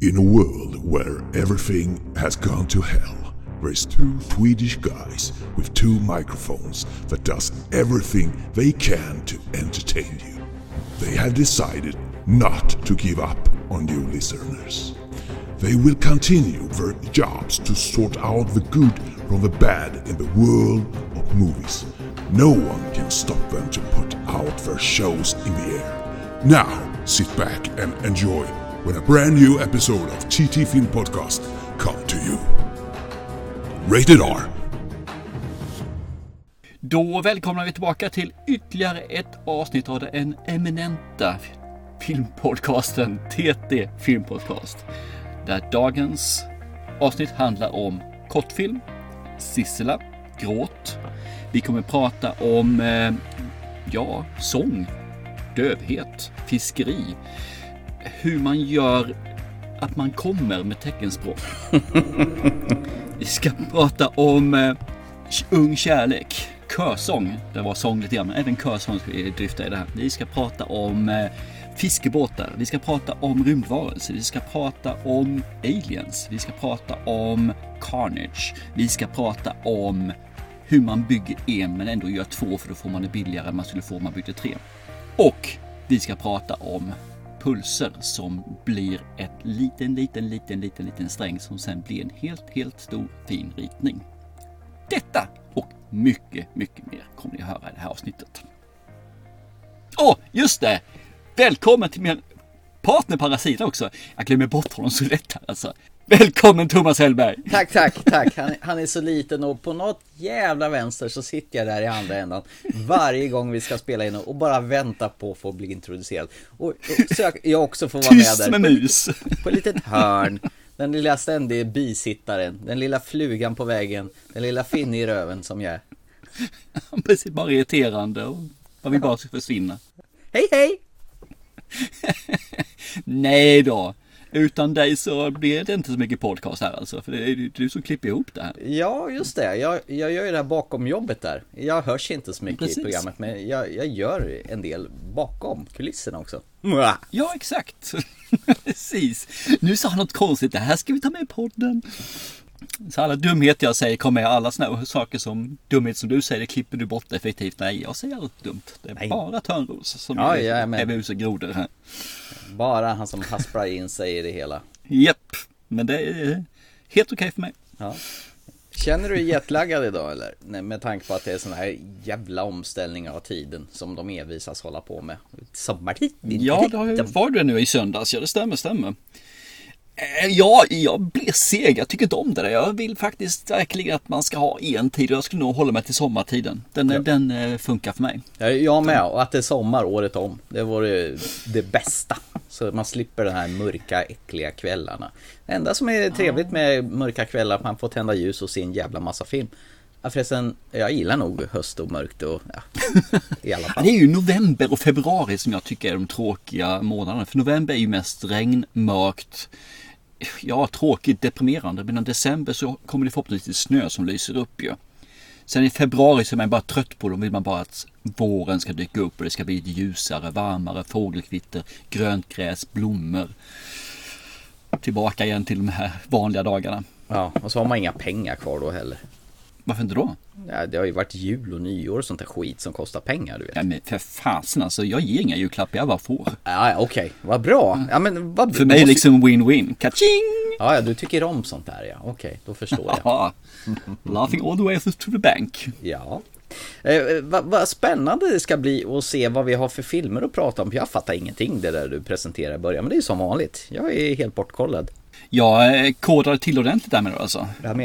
In a world where everything has gone to hell, there's two Swedish guys with two microphones that does everything they can to entertain you. They have decided not to give up on you listeners. They will continue their jobs to sort out the good from the bad in the world of movies. No one can stop them to put out their shows in the air. Now, sit back and enjoy when a brand new episode of TT Film Podcast come to you. Rated R. Då välkomnar vi tillbaka till ytterligare ett avsnitt av den eminenta filmpodcasten TT Filmpodcast. Där dagens avsnitt handlar om kortfilm, Sissela, gråt. Vi kommer prata om sång, dövhet, fiskeri. Hur man gör att man kommer med teckenspråk. Vi ska prata om ung kärlek, körsång. Det var sång lite grann, men även körsång ska vi drifta i det här. Vi ska prata om fiskebåtar. Vi ska prata om rymdvarelser. Vi ska prata om aliens. Vi ska prata om Carnage. Vi ska prata om hur man bygger en men ändå gör två, för då får man det billigare än man skulle få om man byggde tre. Och vi ska prata om pulser som blir ett liten sträng som sen blir en helt stor fin ritning. Detta och mycket mer kommer ni att höra i det här avsnittet. Just det! Välkommen till min partner Parasita också. Jag glömmer bort honom så lätt här alltså. Välkommen Thomas Hellberg. Tack. Han är så liten och på något jävla vänster så sitter jag där i andra ändan varje gång vi ska spela in och bara vänta på att få bli introducerad. Och så jag också får vara tyst med där. Med mus. På ett litet hörn. Den lilla ständiga bisittaren. Den lilla flugan på väggen. Den lilla finne i röven som jag är. Precis, bara irriterande och man vill bara försvinna. Hej! Nej då. Utan dig så blir det inte så mycket podcast här alltså. För det är du som klipper ihop det här. Ja, just det. Jag gör ju det här bakom jobbet där. Jag hörs inte så mycket i programmet. Men jag gör en del bakom kulisserna också. Ja, exakt. Precis. Nu sa han något konstigt. Det här ska vi ta med i podden. Så alla dumheter jag säger kommer med. Alla såna saker som dumhet som du säger, det klipper du bort effektivt. Nej, jag säger allt dumt. Det är bara Törnros som är hus och grodor här. Bara han som hasplar in sig i det hela. Japp, men det är helt okej för mig. Ja. Känner du dig jetlaggad idag eller? Nej, med tanke på att det är såna här jävla omställningar av tiden som de envisas hålla på med. Sommartid. Ja, det var det nu i söndags. Ja, det stämmer. Ja, jag blir seg. Jag tycker inte om det där. Jag vill faktiskt verkligen att man ska ha en tid. Jag skulle nog hålla mig till sommartiden. Den funkar för mig. Jag med. Och att det är sommar året om. Det vore det bästa. Så man slipper de här mörka, äckliga kvällarna. Det enda som är trevligt med mörka kvällar är att man får tända ljus och se en jävla massa film. Ja, förresten, jag gillar nog höst och mörkt och i alla fall. Det är ju november och februari som jag tycker är de tråkiga månaderna. För november är ju mest regn, mörkt, tråkigt, deprimerande. Men i december så kommer det förhoppningsvis snö som lyser upp ju. Sen i februari så är man bara trött på dem. Vill man bara att våren ska dyka upp och det ska bli ljusare, varmare, fågelkvitter, grönt gräs, blommor. Tillbaka igen till de här vanliga dagarna. Ja, och så har man inga pengar kvar då heller. Varför inte då? Ja, det har ju varit jul och nyår och sånt där skit som kostar pengar, du vet. Ja, men för fasen alltså, jag ger inga julklappar, jag bara får. Ja, okej. Vad bra. Ja, men för mig är liksom win-win. Kaching! Ja, du tycker om sånt där, ja. Okej, då förstår jag. Ja, laughing all the way to the bank. Ja. Vad spännande det ska bli att se vad vi har för filmer att prata om. Jag fattar ingenting det där du presenterar i början, men det är ju som vanligt. Jag är helt bortkollad. Jag kodade till ordentligt där med det alltså. Jag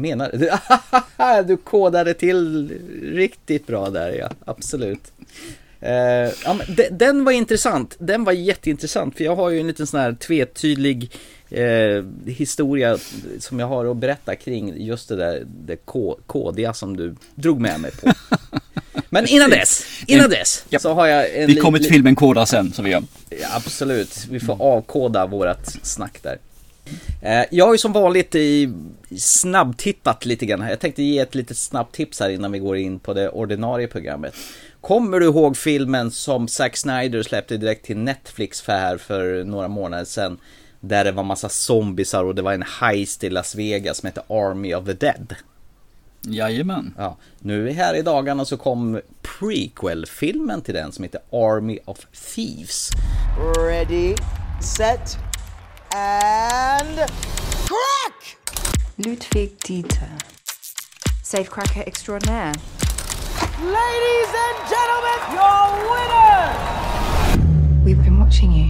menar du kodade till riktigt bra där, ja, absolut. Ja, men den var intressant. Den var jätteintressant, för jag har ju en liten sån här tvetydlig historia som jag har att berätta kring just det där det kodiga som du drog med mig på. Men innan dess så har jag en vi kommer till filmen koda sen som vi gör. Ja, absolut, vi får avkoda vårat snack där. Jag har ju som vanligt snabbtittat lite grann här. Jag tänkte ge ett litet snabbt tips här innan vi går in på det ordinarie programmet. Kommer du ihåg filmen som Zack Snyder släppte direkt till Netflix för några månader sedan? där det var massa zombisar och det var en heist i Las Vegas som hette Army of the Dead. Jajamän. Ja, nu här i dagarna så kom prequel-filmen till den som heter Army of Thieves. Ready, set, and crack! Ludwig Dieter, safecracker extraordinaire. Ladies and gentlemen, your winner! We've been watching you.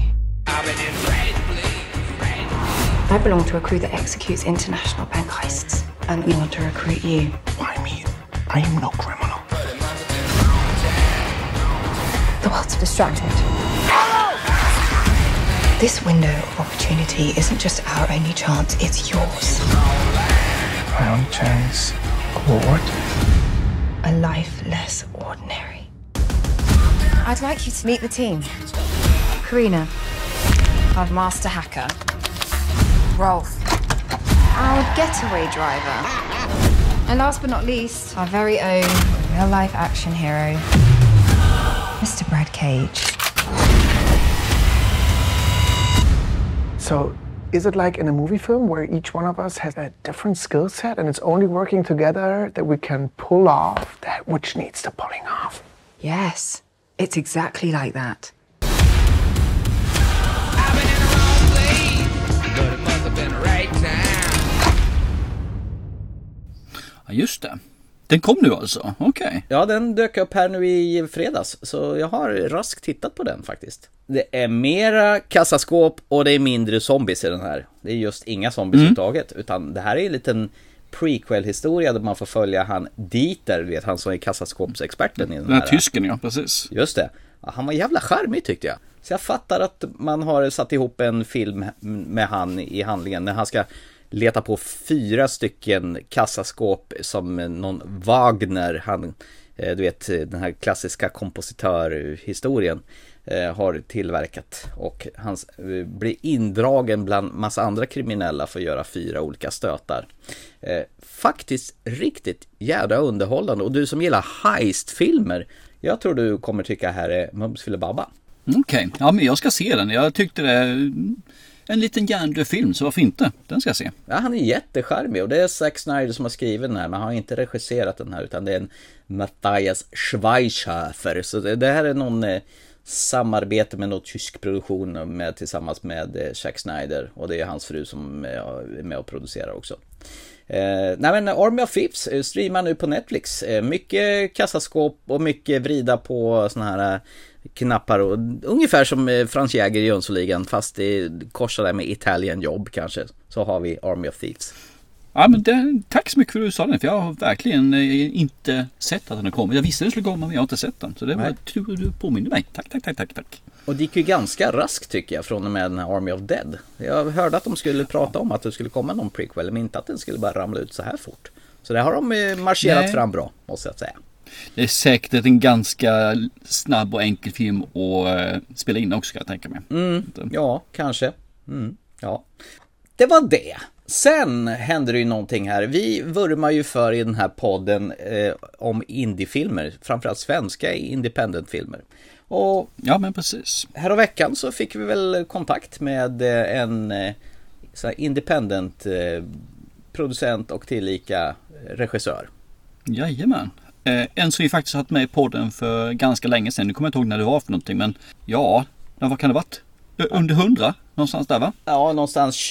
I belong to a crew that executes international bank heists, and we want to recruit you. Why me? I am no criminal. The world's distracted. This window of opportunity isn't just our only chance, it's yours. My only chance of what? A life less ordinary. I'd like you to meet the team. Karina, our master hacker. Rolf, our getaway driver. And last but not least, our very own real-life action hero, Mr. Brad Cage. So, is it like in a movie film where each one of us has a different skill set and it's only working together that we can pull off that which needs the pulling off? Yes, it's exactly like that. Ja, just det. Den kom nu alltså, okej. Ja, den dök upp här nu i fredags, så jag har raskt tittat på den faktiskt. Det är mera kassaskåp och det är mindre zombies i den här. Det är just inga zombies överhuvudtaget, utan det här är en liten prequel-historia där man får följa han Dieter, vet han som är kassaskåpsexperten i den här tysken, ja, precis. Just det. Ja, han var jävla charmig tyckte jag. Så jag fattar att man har satt ihop en film med han i handlingen när han ska leta på 4 stycken kassaskåp som någon Wagner, han, du vet, den här klassiska kompositörhistorien, har tillverkat, och han blir indragen bland massa andra kriminella för att göra 4 olika stötar. Faktiskt riktigt jävla underhållande, och du som gillar heistfilmer, jag tror du kommer tycka här är Mums Filibabba. Okej, ja, men jag ska se den. Jag tyckte det är en liten hjärndöd film, så varför inte? Den ska jag se. Ja, han är jättecharmig, och det är Zack Snyder som har skrivit den här, men han har inte regisserat den här, utan det är en Matthias Schweighöfer. Så det här är någon samarbete med någon tysk produktion tillsammans med Zack Snyder, och det är hans fru som är med och producerar också. Nej, men Army of Thieves streamar nu på Netflix. Mycket kassaskåp och mycket vrida på såna här knappar, och ungefär som Frans Jäger i Jönssonligan, fast det korsar där med Italian Job kanske. Så har vi Army of Thieves. Ja, men tack så mycket för att du sa den, för jag har verkligen inte sett att den har kommit. Jag visste den skulle komma, men jag har inte sett den. Så det var tur du påminner mig. Tack. Och det gick ju ganska raskt tycker jag från och med den här Army of Dead. Jag hörde att de skulle prata om att det skulle komma någon prequel, men inte att den skulle bara ramla ut så här fort. Så det har de marscherat fram bra, måste jag säga. Det är säkert en ganska snabb och enkel film att spela in också, kan jag tänka mig. Ja, kanske. Ja. Det var det. Sen händer det ju någonting här. Vi vurmar ju för i den här podden om indiefilmer, framförallt svenska independentfilmer. Och ja, men precis. Här veckan så fick vi väl kontakt med en så här independent producent och tillika regissör. Jajamän. En som vi faktiskt haft med i podden för ganska länge sedan. Nu kommer jag inte ihåg när det var för någonting, men ja, vad kan det varit? Under 100? Någonstans där, va? Ja, någonstans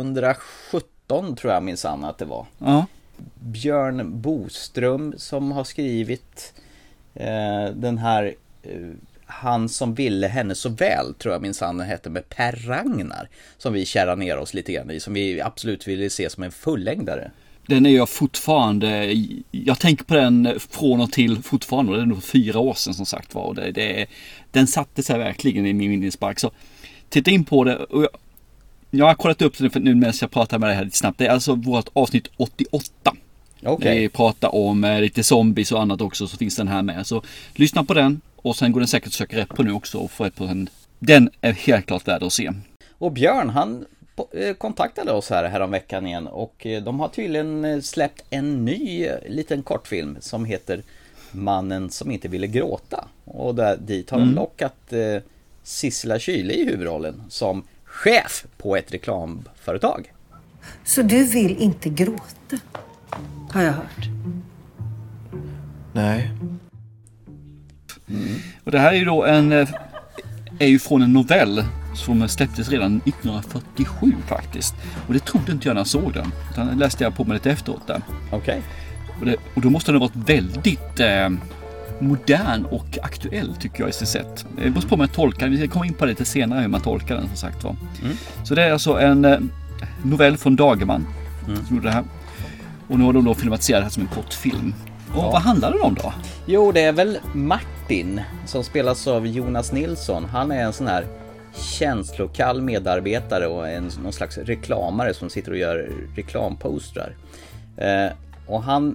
2017 tror jag minsann att det var. Ja. Björn Boström som har skrivit den här Han som ville henne så väl, tror jag minsann den hette, med Per Ragnar, som vi kärar ner oss lite grann i, som vi absolut ville se som en fullängdare. Den är jag fortfarande, jag tänker på den från och till fortfarande, det är nog 4 år sedan som sagt var, och den satte sig verkligen i min minnespark. Så titta in på det, och jag har kollat upp det för nu medan jag pratar med dig här lite snabbt. Det är alltså vårt avsnitt 88. Okay. Vi pratar om lite zombies och annat också, så finns den här med. Så lyssna på den, och sen går den säkert att söka rätt på nu också och få rätt på den. Den är helt klart värd att se. Och Björn, han kontaktade oss här om veckan igen, och de har tydligen släppt en ny liten kortfilm som heter Mannen som inte ville gråta, och dit har de lockat Sissela Kyle i huvudrollen som chef på ett reklamföretag. Så du vill inte gråta, har jag hört. Nej. Och det här är ju då är ju från en novell som släpptes redan 1947 faktiskt. Och det trodde inte jag när jag såg den. Utan det läste jag på mig lite efteråt där. Okej. Och då måste den ha varit väldigt modern och aktuell tycker jag i sitt sätt. Det beror på hur man tolkar den. Vi ska komma in på det lite senare hur man tolkar den som sagt var. Så det är alltså en novell från Dagerman som gjorde det här. Och nu har de då filmatiserat det här som en kortfilm. Och vad handlar det om då? Jo, det är väl Martin som spelas av Jonas Nilsson. Han är en sån här känslokall medarbetare och någon slags reklamare som sitter och gör reklampostrar. Och han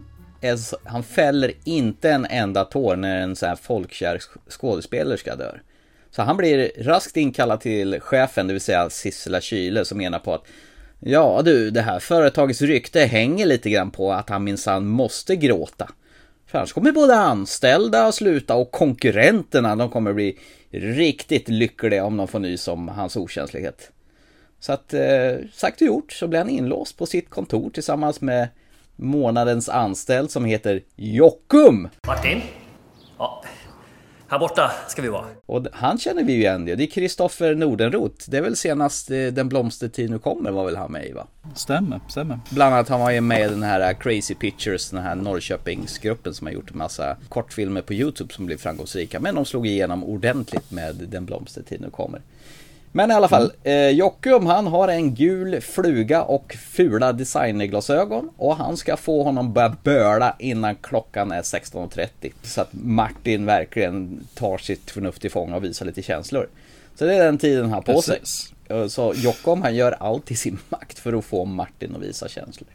fäller inte en enda tår när en sån här folkkär skådespelerska dör. Så han blir raskt inkallad till chefen, det vill säga Sissela Kyle, som menar på att ja du, det här företagets rykte hänger lite grann på att han minsann måste gråta. För annars kommer både anställda att sluta och konkurrenterna, de kommer bli riktigt lyckliga om de får nys om hans okänslighet. Så att sagt och gjort så blir han inlåst på sitt kontor tillsammans med månadens anställd som heter Jockum. Martin? Ja, här borta ska vi vara. Och han känner vi ju igen det. Det är Kristoffer Nordenroth. Det är väl senast Den blomstertid nu kommer var väl han med i, va? Stämmer. Bland annat han var ju med i den här Crazy Pictures, den här Norrköpingsgruppen som har gjort en massa kortfilmer på YouTube som blev framgångsrika. Men de slog igenom ordentligt med Den blomstertid nu kommer. Men i alla fall, Jockum han har en gul fluga och fula designerglasögon och han ska få honom börja böla innan klockan är 16:30 så att Martin verkligen tar sitt förnuft i fång och visar lite känslor. Så det är den tiden han har på sig. Så Jockum han gör allt i sin makt för att få Martin att visa känslor.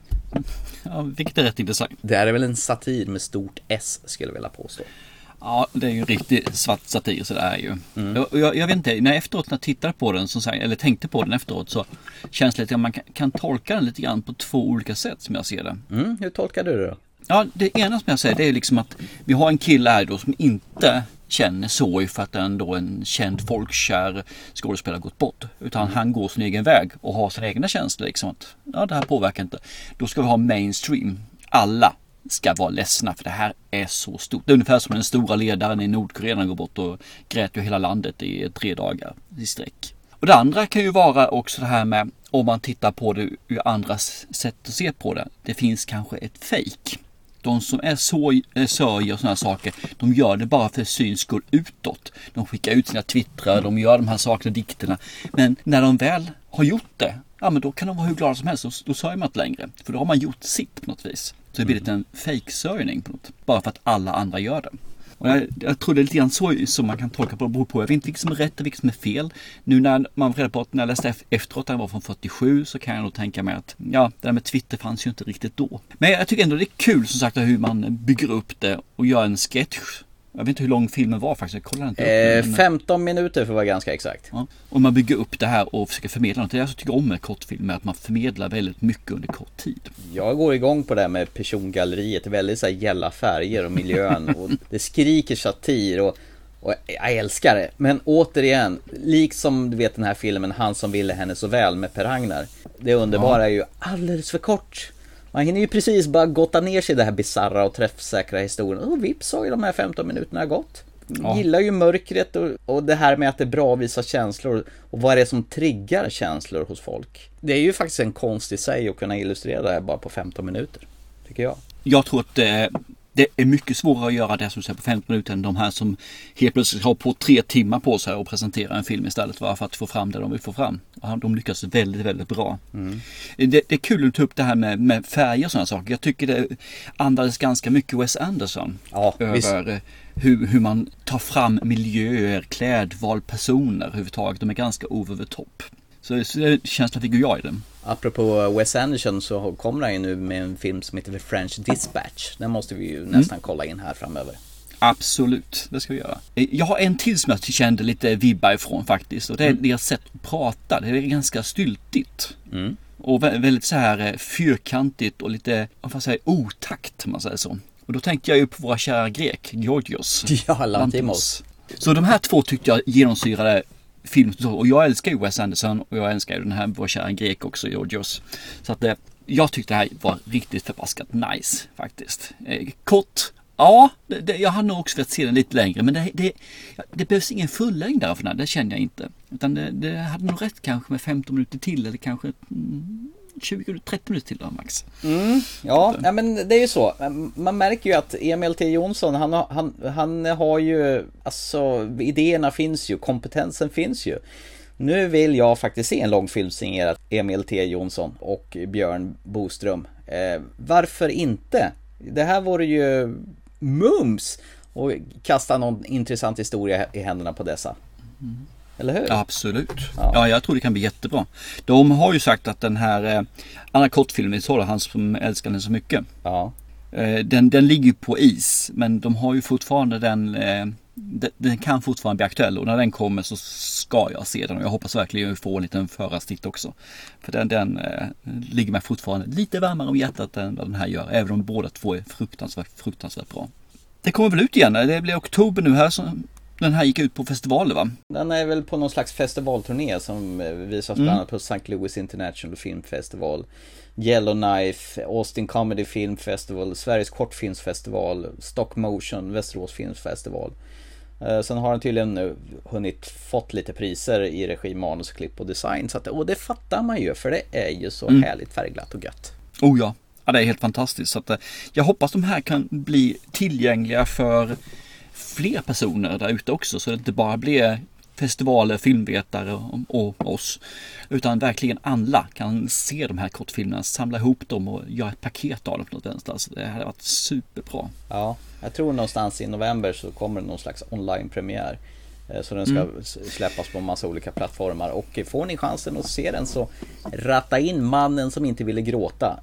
Ja, vilket är rätt intressant. Det är väl en satir med stort S skulle jag vilja påstå. Ja, det är ju en riktigt svart satir så det är ju. Jag vet inte, när jag tittade på den eller tänkte på den efteråt så känns det lite att man kan tolka den lite grann på två olika sätt som jag ser det. Hur tolkar du det då? Ja, det ena som jag säger det är liksom att vi har en kille här då som inte känner sorg för att en känd folkkär skådespelare gått bort. Utan han går sin egen väg och har sina egna känslor liksom att ja, det här påverkar inte. Då ska vi ha mainstream. Alla ska vara ledsna för det här är så stort. Det är ungefär som den stora ledaren i Nordkorea går bort och grät ju hela landet i 3 dagar i sträck. Och det andra kan ju vara också det här med om man tittar på det ur andras sätt att se på det. Det finns kanske ett fake. De som är sörjer och sådana saker, de gör det bara för syns skull utåt. De skickar ut sina twittrar, de gör de här sakerna, dikterna. Men när de väl har gjort det, ja men då kan de vara hur glada som helst. Då sörjer man inte längre. För då har man gjort sitt på något vis. Så det blir lite en fake-sörjning på något. Bara för att alla andra gör det. Och jag tror det är lite grann så som man kan tolka på det. Jag vet inte vilket som är rätt och vilket som är fel. Nu när man får reda på att när jag läste efteråt att den var från 47 så kan jag nog tänka mig att ja, det där med Twitter fanns ju inte riktigt då. Men jag tycker ändå det är kul som sagt hur man bygger upp det och gör en sketch. Jag vet inte hur lång filmen var faktiskt. Jag kollade inte upp 15 minuter för att vara ganska exakt. Ja. Och man bygger upp det här och försöker förmedla något. Det är jag så tycker om med kortfilmer, att man förmedlar väldigt mycket under kort tid. Jag går igång på det här med persongalleriet. Det är väldigt så här gälla färger och miljön. Och det skriker satir och jag älskar det. Men återigen, liksom du vet den här filmen Han som ville henne så väl med Per Ragnar. Det underbara är ju alldeles för kort. Man hinner ju precis bara gotta ner sig i det här bizarra och träffsäkra historien. Och vips har ju de här 15 minuterna gått. Ja. Gillar ju mörkret och det här med att det är bra att visa känslor. Och vad är det som triggar känslor hos folk? Det är ju faktiskt en konst i sig att kunna illustrera det här bara på 15 minuter, tycker jag. Jag tror att det är mycket svårare att göra det som säger på 15 minuter än de här som helt plötsligt har på 3 timmar på sig och presentera en film istället för att få fram det de vill få fram. De lyckas väldigt, väldigt bra. Det är kul att ta upp det här med färger och sådana saker. Jag tycker det andades ganska mycket Wes Anderson över hur man tar fram miljöer, klädval, personer överhuvudtaget. De är ganska over the top. Så känslan fick jag i den. Apropå Wes Anderson så kommer han ju nu med en film som heter The French Dispatch. Den måste vi ju nästan kolla in här framöver. Absolut, det ska vi göra. Jag har en till som jag kände lite vibbar ifrån faktiskt. Och det är deras sätt att prata. Det är ganska styltigt. Och väldigt så här fyrkantigt och lite, vad man säger, otakt om man säger så. Och då tänkte jag ju på våra kära grek, Georgios. Ja, Lantimos. Så de här två tyckte jag genomsyrade film. Och jag älskar ju Wes Anderson och jag älskar ju den här vår kära grek också, Georgios. Så att jag tyckte det här var riktigt förbaskat nice faktiskt. Kort. Ja, jag hade nog också velat se den lite längre, men det behövs ingen fullängdare för den här, det känner jag inte. Utan det hade nog rätt kanske med 15 minuter till eller kanske 20-30 minuter till då, max. Ja, men det är ju så. Man märker ju att Emil T. Jonsson, han har ju, alltså idéerna finns ju, kompetensen finns ju. Nu vill jag faktiskt se en långfilm signerad Emil T. Jonsson och Björn Boström. Varför inte? Det här vore ju mums och kasta någon intressant historia i händerna på dessa. Eller hur? Absolut. Ja, jag tror det kan bli jättebra. De har ju sagt att den här andra kortfilmen, vi såg han som älskar den så mycket. Ja. Den ligger på is, men de har ju fortfarande den kan fortfarande bli aktuell, och när den kommer så ska jag se den, och jag hoppas verkligen få en liten förarstitt också. För den ligger mig fortfarande lite varmare om hjärtat än vad den här gör, även om båda två är fruktansvärt bra. Det kommer väl ut igen, det blir oktober nu här, så den här gick ut på festivaler, va? Den är väl på någon slags festivalturné som visas bland annat på St. Louis International Film Festival, Yellowknife, Austin Comedy Film Festival, Sveriges kortfilmsfestival, Stock Motion, Västerås Filmfestival. Sen har den tydligen nu fått lite priser i regi, manus, klipp och design. Så att, och det fattar man ju, för det är ju så härligt färgglatt och gött. Oh ja, det är helt fantastiskt. Så att, jag hoppas de här kan bli tillgängliga för fler personer där ute också, så det inte bara blir festivaler, filmvetare och oss, utan verkligen alla kan se de här kortfilmerna, samla ihop dem och göra ett paket av dem på något vänster. Så det hade varit superbra. Ja, jag tror någonstans i november så kommer det någon slags online-premiär, så den ska släppas på en massa olika plattformar, och får ni chansen att se den så ratta in Mannen som inte ville gråta.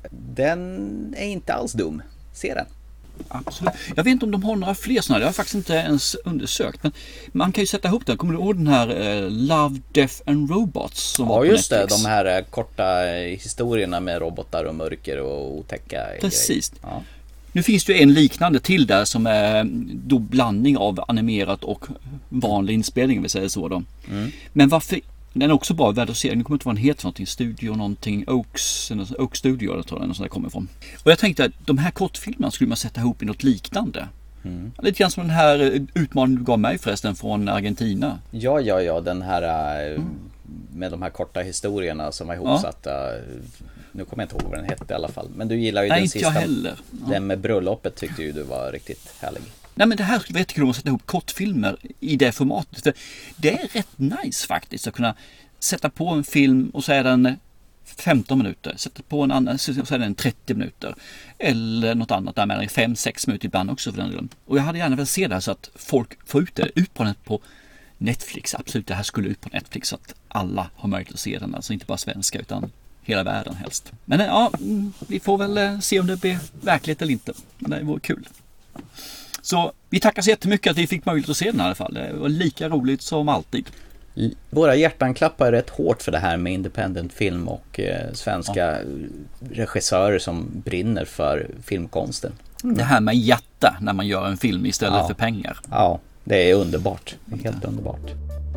Den är inte alls dum. Se den. Absolut. Jag vet inte om de har några fler sådana. Det har jag faktiskt inte ens undersökt. Men man kan ju sätta ihop den. Kommer du ihåg den här Love, Death and Robots som var på just Netflix? Det. De här korta historierna med robotar och mörker och otäcka Precis. grejer. Ja. Nu finns det ju en liknande till där som är då blandning av animerat och vanlig inspelning, vill säga så då. Men varför... Den är också bra värd att se. Den kommer inte vara en helt någonting studio, någonting Oak Studio, jag tror jag, som det kommer ifrån. Och jag tänkte att de här kortfilmerna skulle man sätta ihop i något liknande. Lite grann som den här utmaningen du gav mig förresten från Argentina. Ja, den här med de här korta historierna som var ihopsatta. Nu kommer jag inte ihåg vad den hette i alla fall. Men du gillar ju den sista. Inte jag heller. Den med bröllopet tyckte ju du var riktigt härlig. Nej, men det här skulle vara jättekul att sätta ihop kortfilmer i det formatet. För det är rätt nice faktiskt att kunna sätta på en film och så är den 15 minuter. Sätta på en annan så är den 30 minuter. Eller något annat där med 5-6 minuter ibland också för den delen. Och jag hade gärna velat se det här så att folk får ut det ut på Netflix. Absolut, det här skulle ut på Netflix så att alla har möjlighet att se den. Alltså inte bara svenska utan hela världen helst. Men ja, vi får väl se om det blir verklighet eller inte. Men det vore kul. Så vi tackar så jättemycket att vi fick möjlighet att se den i alla fall. Det var lika roligt som alltid. Våra hjärtan klappar rätt hårt för det här med independent film och svenska regissörer som brinner för filmkonsten. Det här med hjärta när man gör en film istället för pengar. Ja, det är underbart. Det är helt underbart.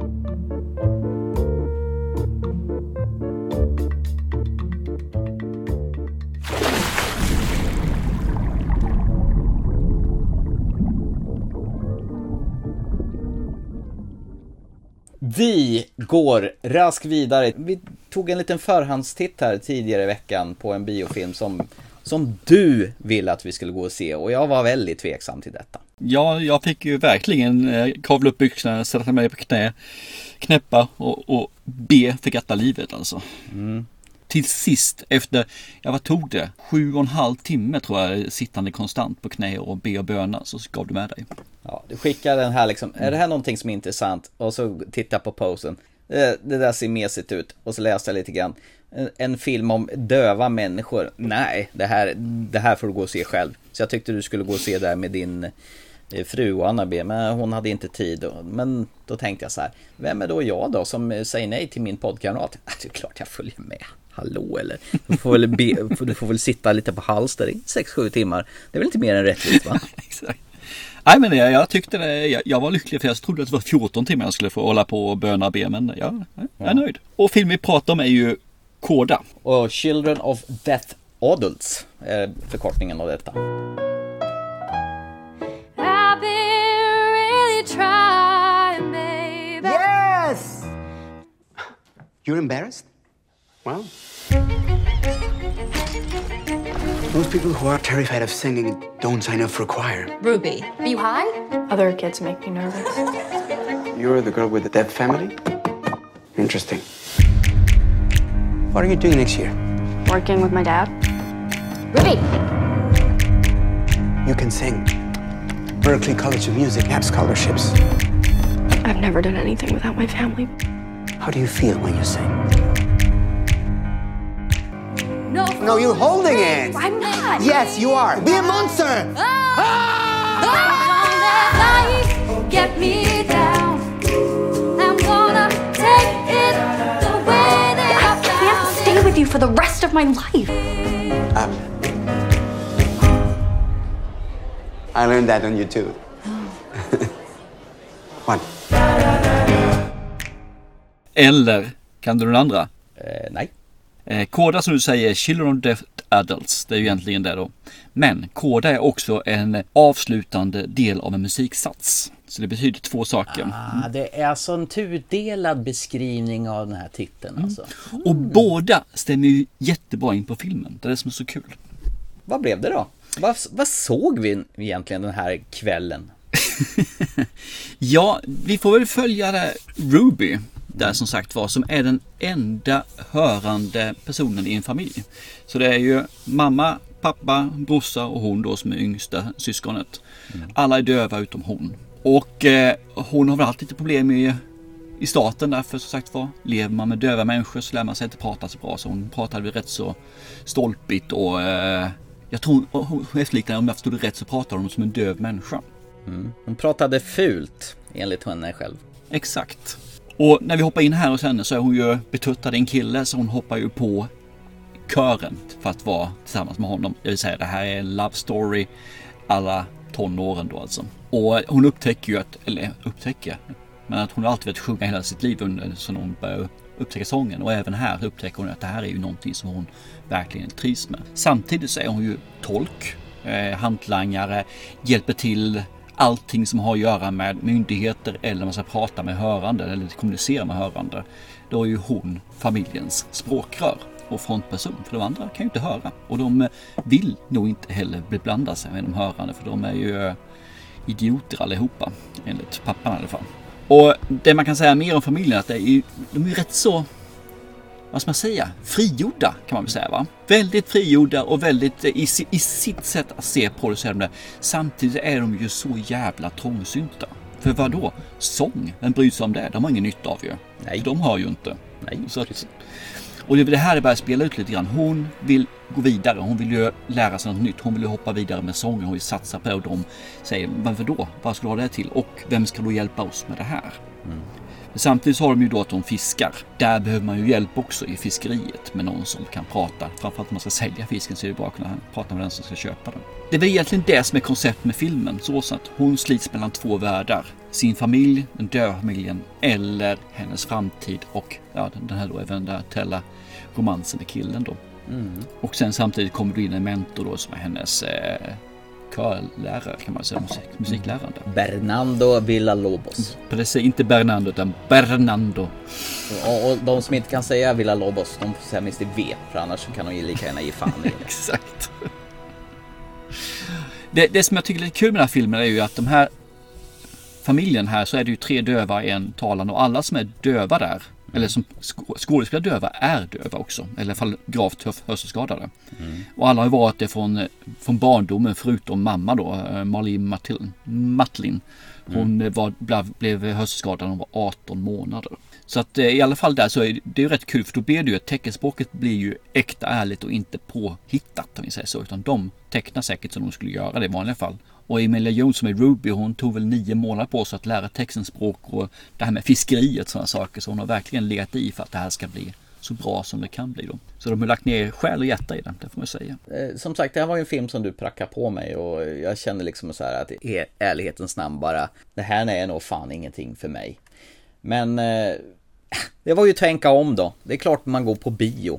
Vi går raskt vidare. Vi tog en liten förhandstitt här tidigare i veckan på en biofilm som du ville att vi skulle gå och se, och jag var väldigt tveksam till detta. Ja, jag fick ju verkligen kavla upp byxorna, sätta mig på knä, knäppa och be för gatta livet alltså. Till sist, efter, vad tog det? 7,5 timme tror jag, sittande konstant på knä och be och böna, så gav du med dig. Ja, du skickar den här liksom, är det här någonting som är intressant? Och så tittar på posen. Det där ser mesigt ut. Och så läste jag lite grann. En film om döva människor. Nej, det här får du gå och se själv. Så jag tyckte du skulle gå och se där med din fru Anna B, men hon hade inte tid. Men då tänkte jag så här, vem är då jag då som säger nej till min poddkamrat? Det är klart jag följer med. Hallå, eller? Du får väl sitta lite på hals där i 6-7 timmar. Det är väl inte mer än rättvist, va? Exakt. Nej, men jag tyckte det, jag var lycklig för jag trodde att det var 14 timmar jag skulle få hålla på och böna be, men jag är nöjd. Och filmen vi pratar om är ju Coda. Och Children of Deaf Adults är förkortningen av detta. I've been really trying, baby. Yes! You're embarrassed? Well, most people who are terrified of singing don't sign up for a choir. Ruby, Are you high? other kids make me nervous. You're the girl with the deaf family? Interesting. What are you doing next year? Working with my dad. Ruby! You can sing. Berklee College of Music have scholarships. I've never done anything without my family. How do you feel when you sing? No, No, you're holding it. I'm not. Yes, you are. Be a monster. Don't let life get me down. I'm gonna take it the way that I can't stay with you for the rest of my life. I learned that on YouTube. What? Eller kan du den andra? Nej. Coda som du säger, Children of Deaf Adults, det är ju egentligen det då. Men Coda är också en avslutande del av en musiksats. Så det betyder två saker. Det är alltså en tudelad beskrivning av den här titeln. Alltså. Och båda stämmer ju jättebra in på filmen. Det är det som är så kul. Vad blev det då? Vad såg vi egentligen den här kvällen? Ja, vi får väl följa det Ruby. Där som sagt var, som är den enda hörande personen i en familj. Så det är ju mamma, pappa, brorsa och hon då som är yngsta syskonet. Alla är döva utom hon. Och hon har väl alltid lite problem i staten, därför som sagt var, lever man med döva människor så lär man sig inte prata så bra. Så hon pratade väl rätt så stolpigt och jag tror hon efterliknande, om jag förstod det rätt, så pratade hon som en döv människa. Hon pratade fult enligt henne själv. Exakt. Och när vi hoppar in här hos henne så är hon ju betuttad i en kille, så hon hoppar ju på kören för att vara tillsammans med honom. Jag vill säga, det här är en love story alla tonåren då alltså. Och hon upptäcker ju men att hon har alltid velat sjunga hela sitt liv under så hon börjar upptäcka sången. Och även här upptäcker hon att det här är ju någonting som hon verkligen trivs med. Samtidigt så är hon ju tolk, hantlangare, hjälper till allting som har att göra med myndigheter eller man ska prata med hörande eller kommunicera med hörande. Då är ju hon familjens språkrör och frontperson, för de andra kan ju inte höra. Och de vill nog inte heller beblanda sig med de hörande, för de är ju idioter allihopa, enligt pappan i alla fall. Och det man kan säga mer om familjen är att de är rätt så, vad ska man säga, frigjorda kan man väl säga, va? Väldigt frigjorda och väldigt i sitt sätt att se på det, så är de där. Samtidigt är de ju så jävla trångsynta. För vad då? Sång, vem bryr sig om det? De har ingen nytta av ju. Nej. För de hör ju inte. Nej, så att, och det här är bara att spela ut lite grann. Hon vill gå vidare, hon vill ju lära sig något nytt. Hon vill ju hoppa vidare med sången, hon vill satsa på det. Och de säger, varför då? Vad ska du ha det till? Och vem ska då hjälpa oss med det här? Samtidigt så har de ju då att de fiskar. Där behöver man ju hjälp också i fiskeriet med någon som kan prata. Framförallt om man ska sälja fisken så är det bara att kunna prata med den som ska köpa den. Det är väl egentligen det som är konceptet med filmen. Så att hon slits mellan två världar. Sin familj, den döva familjen, eller hennes framtid och den här då eventuella romansen med killen då. Och sen samtidigt kommer du in en mentor då som är hennes körlärare, kan man säga, musiklärande. Bernardo Villalobos. Precis, inte Bernardo utan Bernardo. Och de som inte kan säga Villalobos, de får säga minst i V, för annars kan de ju lika gärna ge fan i det. Exakt. Det som jag tycker är lite kul med den här filmen är ju att de här familjen här, så är det ju 3 döva, en talande, och alla som är döva där, eller som skådespelare döva, är döva också, eller i alla fall gravt hörselskadade. Och alla har ju varit det från barndomen, förutom mamma då, Marlene Matlin. Hon blev hörselskadad när hon var 18 månader. Så att i alla fall där så är det ju rätt kul, för då blir det ju att teckenspråket blir ju äkta, ärligt och inte påhittat, om vi säger så, utan de tecknar säkert som de skulle göra det i vanliga fall. Och Emilia Jones som är Ruby, hon tog väl 9 månader på sig att lära teckenspråk och det här med fiskeriet och sådana saker, så hon har verkligen legat i för att det här ska bli så bra som det kan bli då. Så de har lagt ner själ och hjärta i den, det får man säga. Som sagt, det här var ju en film som du prackade på mig och jag kände liksom så här att i ärlighetens namn bara, det här är nog fan ingenting för mig. Men det var ju tänka om då. Det är klart man går på bio.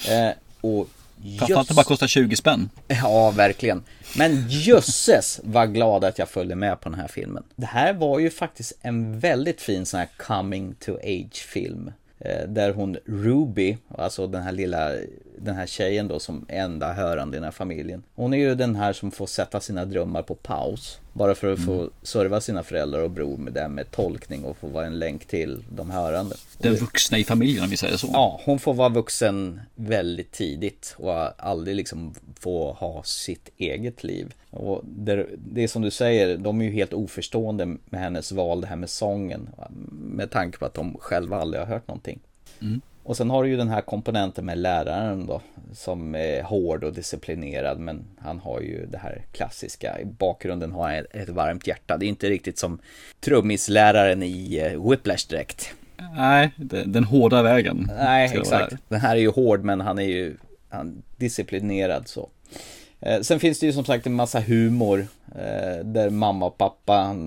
Och framförallt det bara kostar 20 spänn. Ja, verkligen. Men jösses var glad att jag följde med på den här filmen. Det här var ju faktiskt en väldigt fin sån här coming to age film. Där hon Ruby, alltså den här tjejen då som enda hörande i den här familjen. Hon är ju den här som får sätta sina drömmar på paus. Bara för att få serva sina föräldrar och bror med det med tolkning och få vara en länk till de hörande. Den vuxna i familjen, om vi säger så. Ja, hon får vara vuxen väldigt tidigt och aldrig liksom få ha sitt eget liv. Och det är som du säger, de är ju helt oförstående med hennes val, det här med sången. Med tanke på att de själva aldrig har hört någonting. Mm. Och sen har du ju den här komponenten med läraren då, som är hård och disciplinerad, men han har ju det här klassiska. I bakgrunden har han ett varmt hjärta. Det är inte riktigt som trummisläraren i Whiplash direkt. Nej, den hårda vägen. Nej, exakt. Den här är ju hård, men han är disciplinerad så. Sen finns det ju som sagt en massa humor där mamma och pappa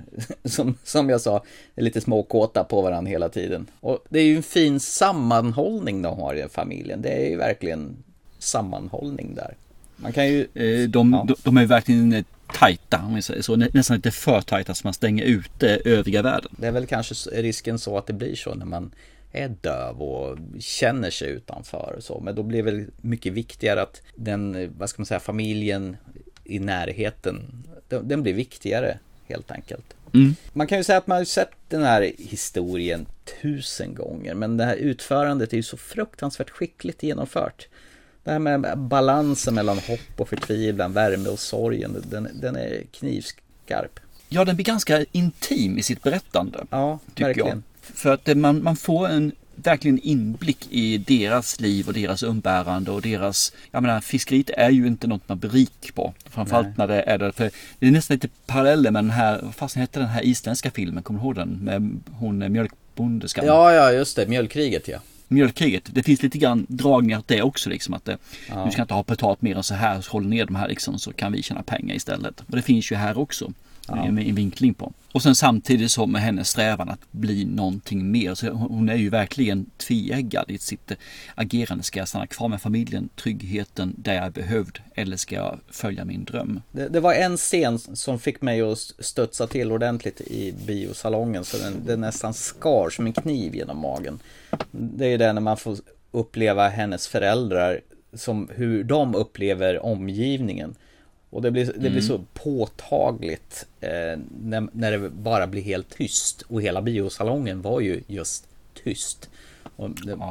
som jag sa är lite småkåta på varandra hela tiden. Och det är ju en fin sammanhållning de har i familjen. Det är ju verkligen sammanhållning där. Man kan ju de är ju verkligen tajta, om vi säger så, nästan lite för tajta så man stänger ute övriga världen. Det är väl kanske risken så att det blir så när man är döv och känner sig utanför och så. Men då blir det väl mycket viktigare att den, vad ska man säga, familjen i närheten, den blir viktigare helt enkelt. Mm. Man kan ju säga att man har sett den här historien 1000 gånger, men det här utförandet är ju så fruktansvärt skickligt genomfört. Det här med balansen mellan hopp och förtvivlan, värme och sorgen, den är knivskarp. Ja, den blir ganska intim i sitt berättande. Ja, verkligen. För att man får en verkligen inblick i deras liv och deras umbärande och deras, jag menar, fiskeriet är ju inte något man blir rik på. Framförallt när det är det, för det är nästan lite paralleller med den här, vad fasen heter den här isländska filmen, kommer du ihåg den? Med hon mjölkbondeskan. Ja, just det, Mjölkkriget, ja. Mjölkkriget, det finns lite grann dragningar åt det också liksom, att du ska inte ha betalt mer än så här, så håll ner de här liksom, så kan vi tjäna pengar istället. Och det finns ju här också. Med en vinkling på. Och sen samtidigt som med hennes strävan att bli någonting mer. Så hon är ju verkligen tveeggad i sitt agerande. Ska jag stanna kvar med familjen, tryggheten där jag är behövd, eller ska jag följa min dröm? Det var en scen som fick mig att studsa till ordentligt i biosalongen, så den nästan skar som en kniv genom magen. Det är det när man får uppleva hennes föräldrar, som hur de upplever omgivningen. Och det blir så påtagligt när det bara blir helt tyst. Och hela biosalongen var ju just tyst. Och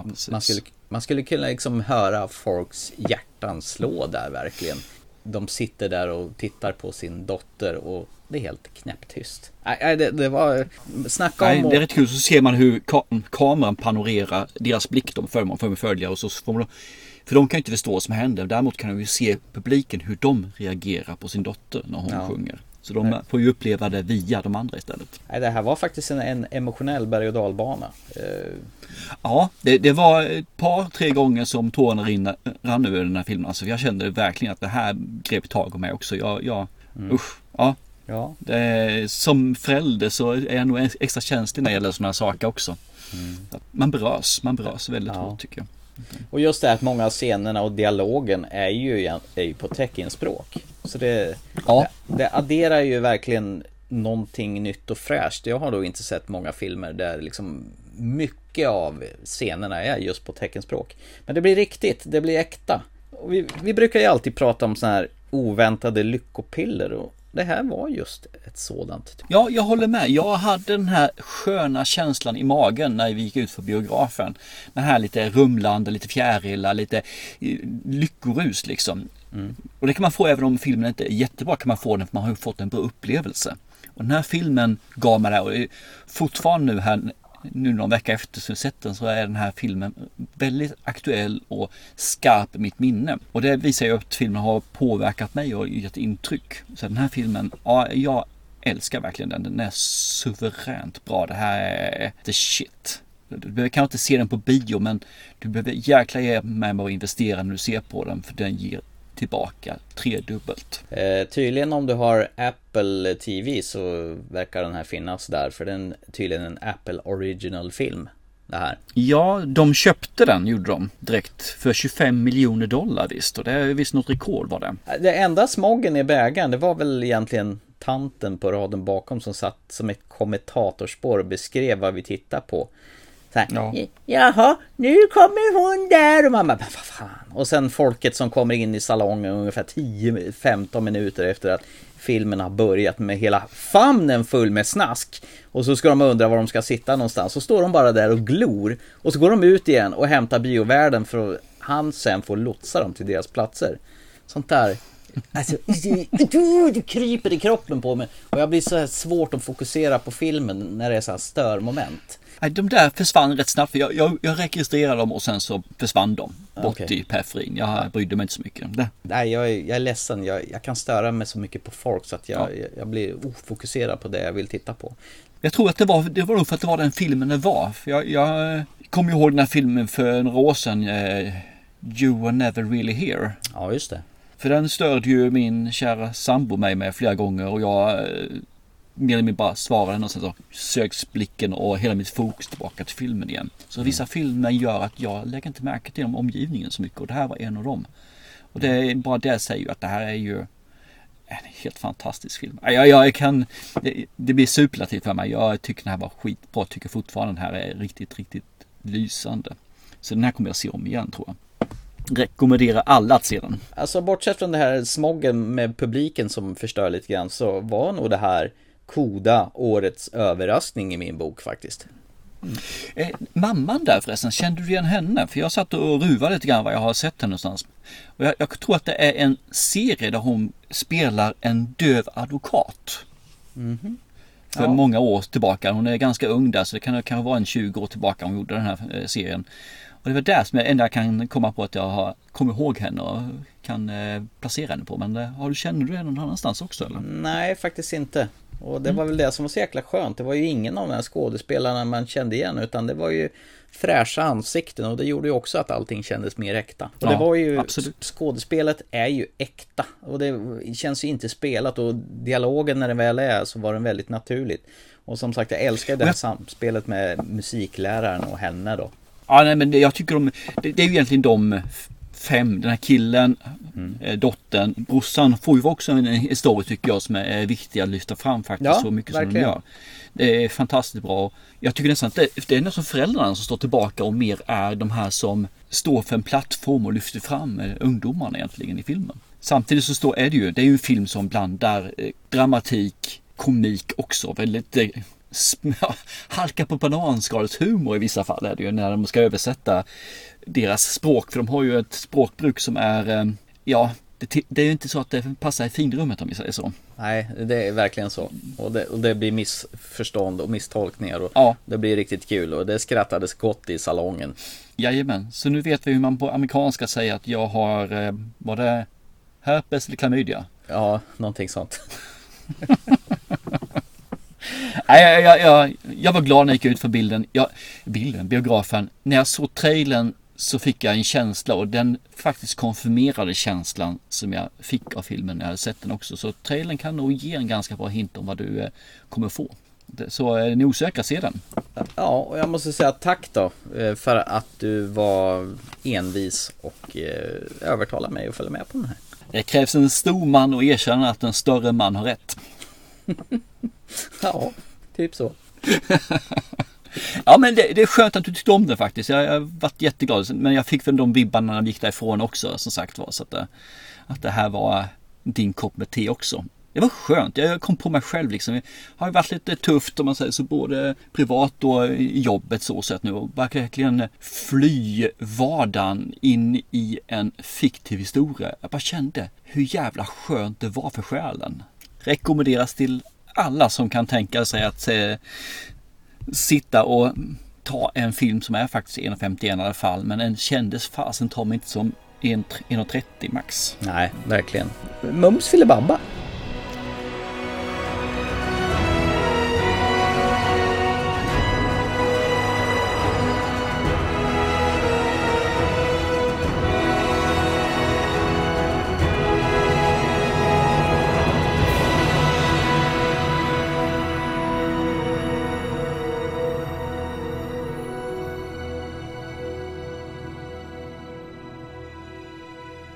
man skulle kunna liksom höra folks hjärtan slå där verkligen. De sitter där och tittar på sin dotter och det är helt knäpptyst. Det var snacka om... Det är rätt kul, så ser man hur kameran panorerar deras blick. De följer och så får man... För de kan ju inte förstå vad som händer. Däremot kan de ju se publiken hur de reagerar på sin dotter när hon sjunger. Så de får ju uppleva det via de andra istället. Det här var faktiskt en emotionell berg- och dalbana. Ja, det var ett 2-3 gånger som tårarna rann över den här filmen. Alltså jag kände verkligen att det här grep tag om mig också. Usch. Som förälder så är jag nog extra känslig när det gäller sådana här saker också. Man berörs väldigt hårt, tycker jag. Och just det att många av scenerna och dialogen är ju på teckenspråk. Så det adderar ju verkligen någonting nytt och fräscht. Jag har då inte sett många filmer där liksom mycket av scenerna är just på teckenspråk. Men det blir riktigt, det blir äkta. Och vi brukar ju alltid prata om såna här oväntade lyckopiller, och det här var just ett sådant. Ja, jag håller med. Jag hade den här sköna känslan i magen när vi gick ut för biografen. Den här lite rumlande, lite fjärilar, lite lyckorus liksom. Och det kan man få även om filmen inte är jättebra, kan man få den för man har ju fått en bra upplevelse. Och den här filmen gav mig det, och fortfarande nu någon vecka efter sett den, så är den här filmen väldigt aktuell och skarp i mitt minne. Och det visar ju att filmen har påverkat mig och gett intryck. Så den här filmen, jag älskar verkligen den. Den är suveränt bra. Det här är the shit. Du behöver kanske inte se den på bio, men du behöver jäkla med att investera när du ser på den, för den ger tillbaka 3-dubbelt. Tydligen om du har Apple TV så verkar den här finnas där, för den är tydligen en Apple Original film. Det här. Ja, de köpte den, gjorde de direkt för $25 miljoner visst, och det är visst något rekord var det. Det enda smoggen i bägaren, det var väl egentligen tanten på raden bakom som satt som ett kommentatorspår och beskrev vad vi tittar på. Så här, ja. Jaha, nu kommer hon där, och man bara, vad fan. Och sen folket som kommer in i salongen ungefär 10-15 minuter efter att filmen har börjat med hela famnen full med snask. Och så ska de undra var de ska sitta någonstans. Så står de bara där och glor. Och så går de ut igen och hämtar biovärden för att han sen får lotsa dem till deras platser. Sånt där. Alltså, du kryper i kroppen på mig. Och jag blir så här svårt att fokusera på filmen när det är så här störmoment. De där försvann rätt snabbt. Jag registrerade dem och sen så försvann de bort i periferin. Jag brydde mig inte så mycket om det. Nej, jag är ledsen. Jag kan störa mig så mycket på folk så att jag blir ofokuserad på det jag vill titta på. Jag tror att det var nog för att det var den filmen det var. För jag kommer ihåg den här filmen för några år sedan. You Were Never Really Here. Ja, just det. För den störde ju min kära sambo mig med flera gånger, och jag mer eller mindre bara svarade och sen så söks blicken och hela mitt fokus tillbaka till filmen igen. Så vissa filmer gör att jag lägger inte märke till omgivningen så mycket, och det här var en av dem. Och det är bara det säger ju att det här är ju en helt fantastisk film. Det blir superlativt för mig. Jag tycker den här var skitbra. Jag tycker fortfarande den här är riktigt, riktigt lysande. Så den här kommer jag se om igen, tror jag. Rekommenderar alla att se den. Alltså bortsett från det här smoggen med publiken som förstör lite grann, så var nog det här Koda årets överraskning i min bok faktiskt. Mamman där förresten, kände du igen henne? För jag satt och ruvade lite grann vad jag har sett henne någonstans. Och jag tror att det är en serie där hon spelar en döv advokat. Mm-hmm. För många år tillbaka. Hon är ganska ung där, så det kan vara en 20 år tillbaka hon gjorde den här serien. Och det var där som jag ändå kan komma på att jag har kommit ihåg henne och kan placera henne på. Men känner du henne någon annanstans också eller? Nej, faktiskt inte. Och det var väl det som var så jäkla skönt. Det var ju ingen av de här skådespelarna man kände igen, utan det var ju fräscha ansikten, och det gjorde ju också att allting kändes mer äkta. Och det var ju, skådespelet är ju äkta, och det känns ju inte spelat, och dialogen när den väl är så var den väldigt naturligt. Och som sagt, jag älskar det här samspelet med musikläraren och henne då. Ja, nej, men jag tycker det är ju egentligen de 5, den här killen, dottern, brorsan får ju också en historia tycker jag som är viktig att lyfta fram faktiskt, så mycket verkligen. Som de gör. Det är fantastiskt bra. Jag tycker nästan att det är nästan föräldrarna som står tillbaka och mer är de här som står för en plattform och lyfter fram ungdomarna egentligen i filmen. Samtidigt så är det är ju en film som blandar dramatik, komik också, väldigt halka på bananskalet humor i vissa fall är det ju när de ska översätta deras språk, för de har ju ett språkbruk som är det är ju inte så att det passar i finrummet om vi säger så. Nej, det är verkligen så. Och det blir missförstånd och misstolkningar, och det blir riktigt kul, och det skrattades gott i salongen. Jajamän, så nu vet vi hur man på amerikanska säger att jag har var det herpes eller klamydia? Ja, någonting sånt. Jag var glad när jag gick ut för biografen. När jag såg trailern så fick jag en känsla, och den faktiskt konfirmerade känslan som jag fick av filmen när jag hade sett den också. Så trailern kan nog ge en ganska bra hint om vad du kommer få. Så är ni osäkra, se den. Ja, och jag måste säga tack då för att du var envis och övertalade mig att följa med på den här. Det krävs en stor man och erkänna att en större man har rätt. Ja, typ så. Ja, men det är skönt att du tyckte om det faktiskt. Jag har varit jätteglad, men jag fick väl de vibbarna när jag gick därifrån också, som sagt var, så att det här var din kopp med te också. Det var skönt, jag kom på mig själv liksom. Det har ju varit lite tufft om man säger så, både privat och i jobbet så att nu, och verkligen fly vardagen in i en fiktiv historia. Jag bara kände hur jävla skönt det var för själen. Rekommenderas till alla som kan tänka sig att sitta och ta en film som är faktiskt 1,51 i alla fall, men en kändes fasen tar mig inte som 1,30 max. Nej, verkligen. Mums filibabba.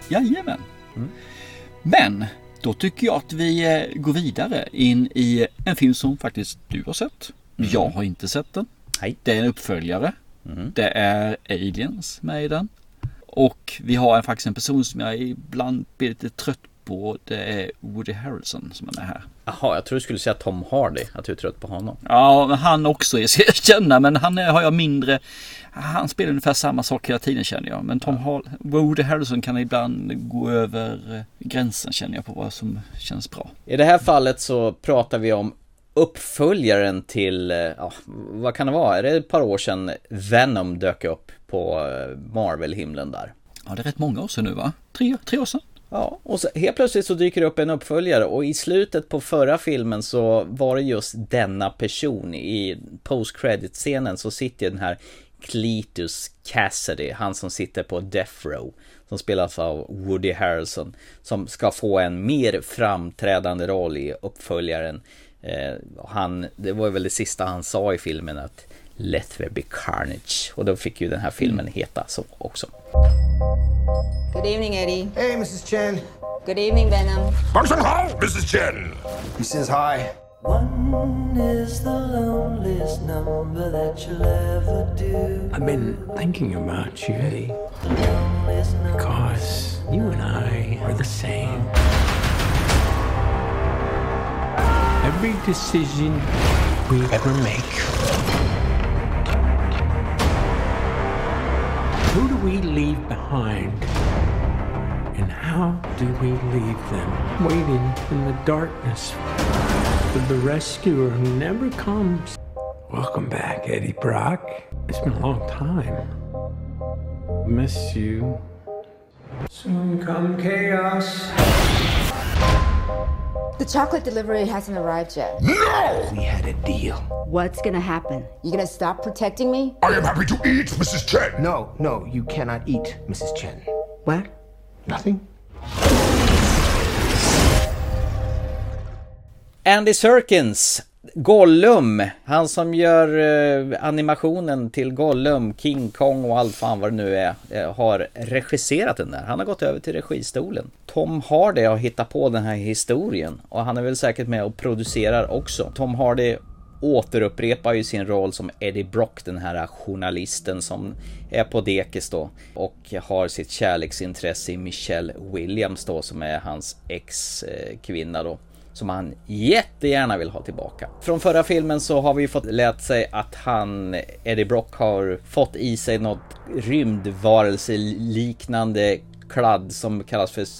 Jajamän. Men då tycker jag att vi går vidare in i en film som faktiskt du har sett. Jag har inte sett den. Nej. Det är en uppföljare. Det är Aliens med i den. Och vi har faktiskt en person som jag ibland blir lite trött på. Det är Woody Harrelson som är med här. Jaha, jag tror du skulle säga Tom Hardy, att du är trött på honom. Ja, men han också, jag ska erkänna, men han har jag mindre. Han spelar ungefär samma sak hela tiden, känner jag. Men Woody Harrelson kan ibland gå över gränsen, känner jag, på vad som känns bra. I det här fallet så pratar vi om uppföljaren till, vad kan det vara? Är det ett par år sedan Venom dök upp på Marvel-himlen där? Ja, det är rätt många år sedan nu, va? 3 år sedan. Ja, och så helt plötsligt så dyker det upp en uppföljare, och i slutet på förra filmen så var det just denna person. I post-credit-scenen så sitter den här Cletus Cassidy, han som sitter på Death Row, som spelas av Woody Harrelson, som ska få en mer framträdande roll i uppföljaren. Det var väl det sista han sa i filmen, att let there be carnage, och då fick ju den här filmen heta så också. Good evening, Eddie. Hey, Mrs. Chen. Good evening, Venom. Bunsen Hall, Mrs. Chen. He says hi. One is the loneliest number that you'll ever do. I've been thinking about you, Eddie. Because you and I are the same. Every decision we ever make. Who do we leave behind? And how do we leave them? Waiting in the darkness for the rescuer who never comes. Welcome back, Eddie Brock. It's been a long time. Miss you. Soon come chaos. The chocolate delivery hasn't arrived yet. No! We had a deal. What's gonna happen? You gonna stop protecting me? I am happy to eat, Mrs. Chen. No, you cannot eat, Mrs. Chen. What? Nothing? Andy Serkins, Gollum, han som gör animationen till Gollum, King Kong och allt fan vad det nu är, har regisserat den där. Han har gått över till registolen. Tom Hardy har hittat på den här historien, och han är väl säkert med och producerar också. Tom Hardy återupprepar ju sin roll som Eddie Brock, den här journalisten som är på dekis då, och har sitt kärleksintresse i Michelle Williams då, som är hans ex-kvinna då, som han jättegärna vill ha tillbaka. Från förra filmen så har vi fått lärt sig att Eddie Brock har fått i sig något rymdvarelseliknande kladd som kallas för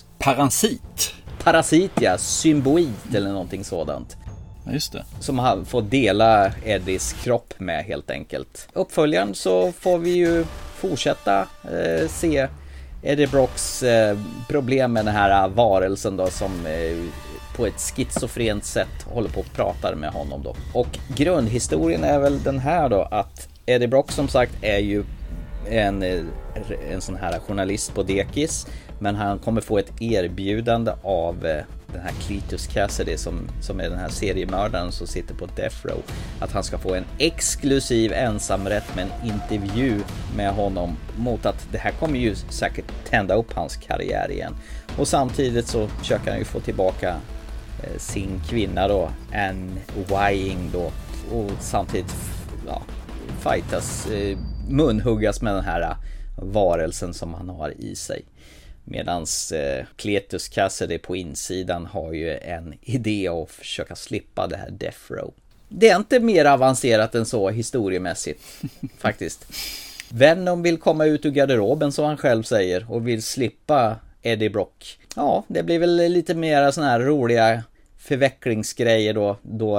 Parasit, ja, symboid eller någonting sådant. Just det. Som han får dela Eddies kropp med, helt enkelt. Uppföljaren så får vi ju fortsätta se Eddie Brocks problem med den här varelsen då, som på ett schizofrent sätt håller på att prata med honom då. Och grundhistorien är väl den här då, att Eddie Brock som sagt är ju en sån här journalist på dekis, men han kommer få ett erbjudande av den här Cletus Cassidy som är den här seriemördaren som sitter på Death Row, att han ska få en exklusiv ensamrätt med en intervju med honom, mot att det här kommer ju säkert tända upp hans karriär igen. Och samtidigt så försöker han ju få tillbaka sin kvinna då, Anne Wying då, och samtidigt fightas, munhuggas med den här varelsen som han har i sig. Medans Cletus Cassidy på insidan har ju en idé att försöka slippa det här Death Row. Det är inte mer avancerat än så historiemässigt faktiskt. Venom vill komma ut ur garderoben, som han själv säger, och vill slippa Eddie Brock. Ja, det blir väl lite mer såna här roliga förvecklingsgrejer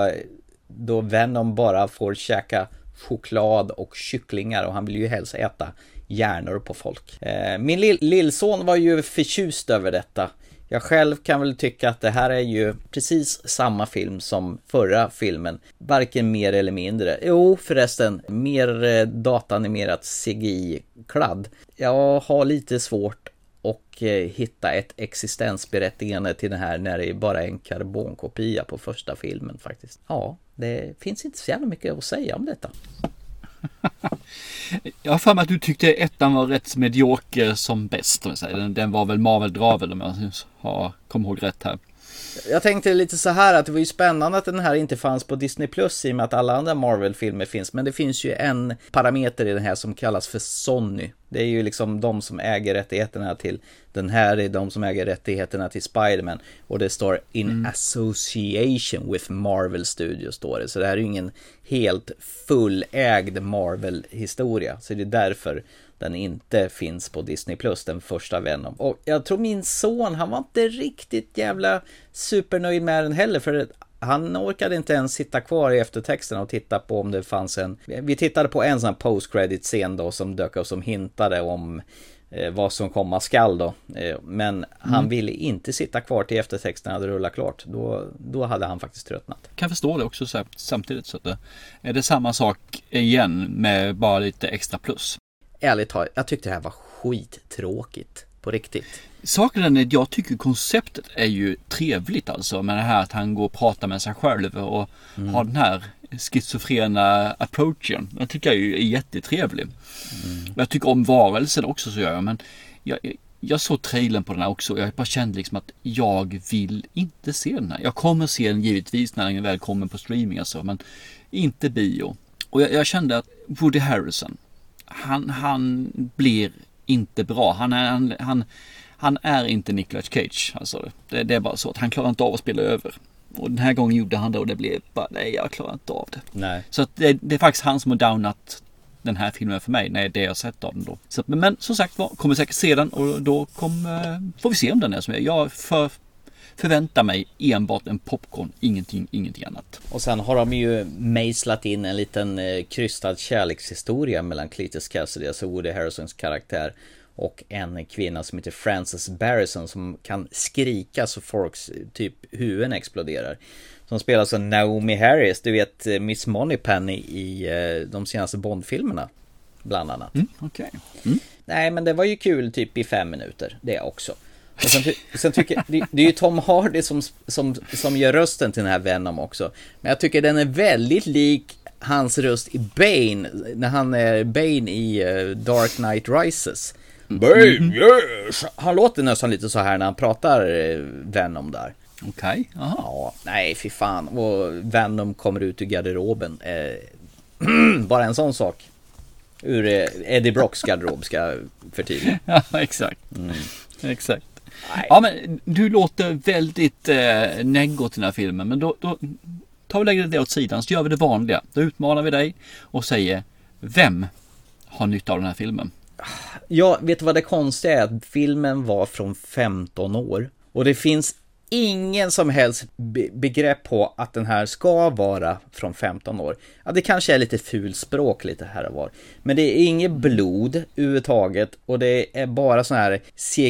då Venom bara får käka choklad och kycklingar, och han vill ju helst äta hjärnor på folk. Min lillson var ju förtjust över detta. Jag själv kan väl tycka att det här är ju precis samma film som förra filmen. Varken mer eller mindre. Jo, förresten, mer datanimerat CGI-kladd. Jag har lite svårt att hitta ett existensberättigande till det här när det är bara en karbonkopia på första filmen faktiskt. Ja, det finns inte så jävla mycket att säga om detta. Jag har för mig att du tyckte ettan var rätt medioker som bäst. Den var väl Marvel Dravel om jag kommer ihåg rätt här. Jag tänkte lite så här att det var ju spännande att den här inte fanns på Disney Plus i och med att alla andra Marvel-filmer finns. Men det finns ju en parameter i den här som kallas för Sony. Det är ju liksom de som äger rättigheterna till den här, är de som äger rättigheterna till Spider-Man. Och det står in association with Marvel Studios står det. Så det här är ju ingen helt fullägd Marvel-historia. Så det är därför den inte finns på Disney Plus, den första Venom. Och jag tror min son, han var inte riktigt jävla supernöjd med den heller, för han orkade inte ens sitta kvar i eftertexterna och titta på om det fanns vi tittade på en sån post-credit-scen då som dök upp som hintade om vad som komma skall då. Men han ville inte sitta kvar till eftertexterna hade rullat klart. Då hade han faktiskt tröttnat. Kan förstå det också samtidigt, så att är det samma sak igen med bara lite extra plus. Ärligt talat, jag tyckte det här var skittråkigt på riktigt. Saken är att jag tycker konceptet är ju trevligt alltså, med det här att han går och pratar med sig själv och har den här schizofrena approachen. Jag tycker jag är jättetrevlig. Jag tycker om varelsen också, så gör jag, men jag såg trailern på den här också och jag bara kände liksom att jag vill inte se den här. Jag kommer se den givetvis när den väl kommer på streaming alltså, men inte bio. Och jag kände att Woody Harrelson, han blir inte bra. Han är inte Nicolas Cage. Alltså, det är bara så att han klarar inte av att spela över. Och den här gången gjorde han det och det blev bara, nej, jag klarar inte av det. Nej. Så att det är faktiskt han som har downat den här filmen för mig när det jag sett av den då. Så, men som sagt kommer säkert se den och då får vi se om den är som jag förväntar mig enbart en popcorn, ingenting annat. Och sen har de ju mejslat in en liten krystad kärlekshistoria mellan Cletus Cassidy, alltså Woody Harrelsons karaktär, och en kvinna som heter Frances Barrison som kan skrika så folks typ huvuden exploderar. Som spelas av Naomi Harris, du vet Miss Moneypenny i de senaste Bond-filmerna bland annat. Okej. Nej, men det var ju kul typ i 5 minuter, det också. Och sen tycker det är ju Tom Hardy som gör rösten till den här Venom också. Men jag tycker den är väldigt lik hans röst i Bane, när han är Bane i Dark Knight Rises. Bane, yes! Han låter nästan lite så här när han pratar Venom där. Okej. Ja, nej fy fan. Och Venom kommer ut ur garderoben. Bara en sån sak. Ur Eddie Brocks garderob ska förtydliga. Ja, exakt. Exakt. Nej. Ja, men du låter väldigt neggo till den här filmen. Men då tar vi lägger det åt sidan, så gör vi det vanliga. Då utmanar vi dig och säger, vem har nytta av den här filmen? Ja, vet du vad det konstiga är? Att filmen var från 15 år. Och det finns ingen som helst begrepp på att den här ska vara från 15 år. Ja, det kanske är lite fulspråk lite här och var. Men det är inget blod överhuvudtaget. Och det är bara sån här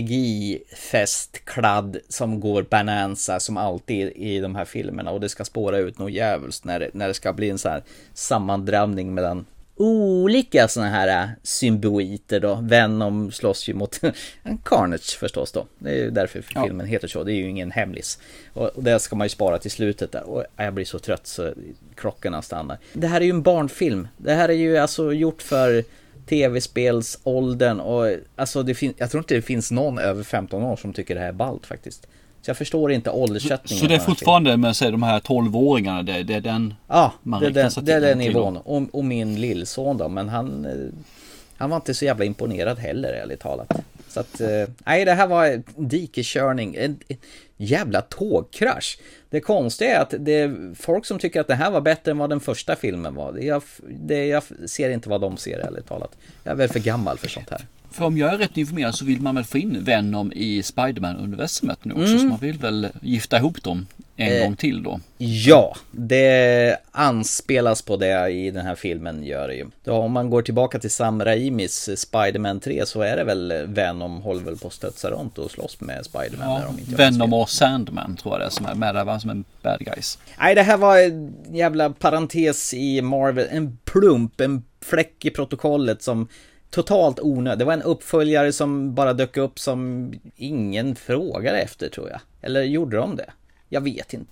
CGI-festkladd som går bananza som alltid i de här filmerna. Och det ska spåra ut något jävligt när det ska bli en sån här sammandrabbning mellan olika såna här symbioter då. Venom slåss ju mot en Carnage förstås då. Det är ju därför filmen heter så. Det är ju ingen hemlis. Och det ska man ju spara till slutet där. Och jag blir så trött så klockorna stannar. Det här är ju en barnfilm. Det här är ju alltså gjort för tv-spelsåldern. Och alltså jag tror inte det finns någon över 15 år som tycker det här är ballt faktiskt. Så jag förstår inte ålderssättningen. Så det är fortfarande med säg de här 12-åringarna, det är den man det är den nivån. Och min lillson då, men han var inte så jävla imponerad heller, ärligt talat. Så att, nej, det här var dikekörning, en jävla tågkrasch. Det konstiga är att det är folk som tycker att det här var bättre än vad den första filmen var. Jag ser inte vad de ser, ärligt talat. Jag är väl för gammal för sånt här. För om jag är rätt informerad så vill man väl få in Venom i Spider-Man-universumet nu också. Så man vill väl gifta ihop dem en gång till då. Ja, det anspelas på det i den här filmen gör det ju. Då om man går tillbaka till Sam Raimis Spider-Man 3 så är det väl Venom håller väl på att stötsa runt och slåss med Spider-Man. Ja, Venom och Sandman tror jag det är som är med där, som en bad guys. Nej, det här var en jävla parentes i Marvel. En fläck i protokollet som totalt onödigt. Det var en uppföljare som bara dök upp som ingen frågade efter, tror jag. Eller gjorde de det? Jag vet inte.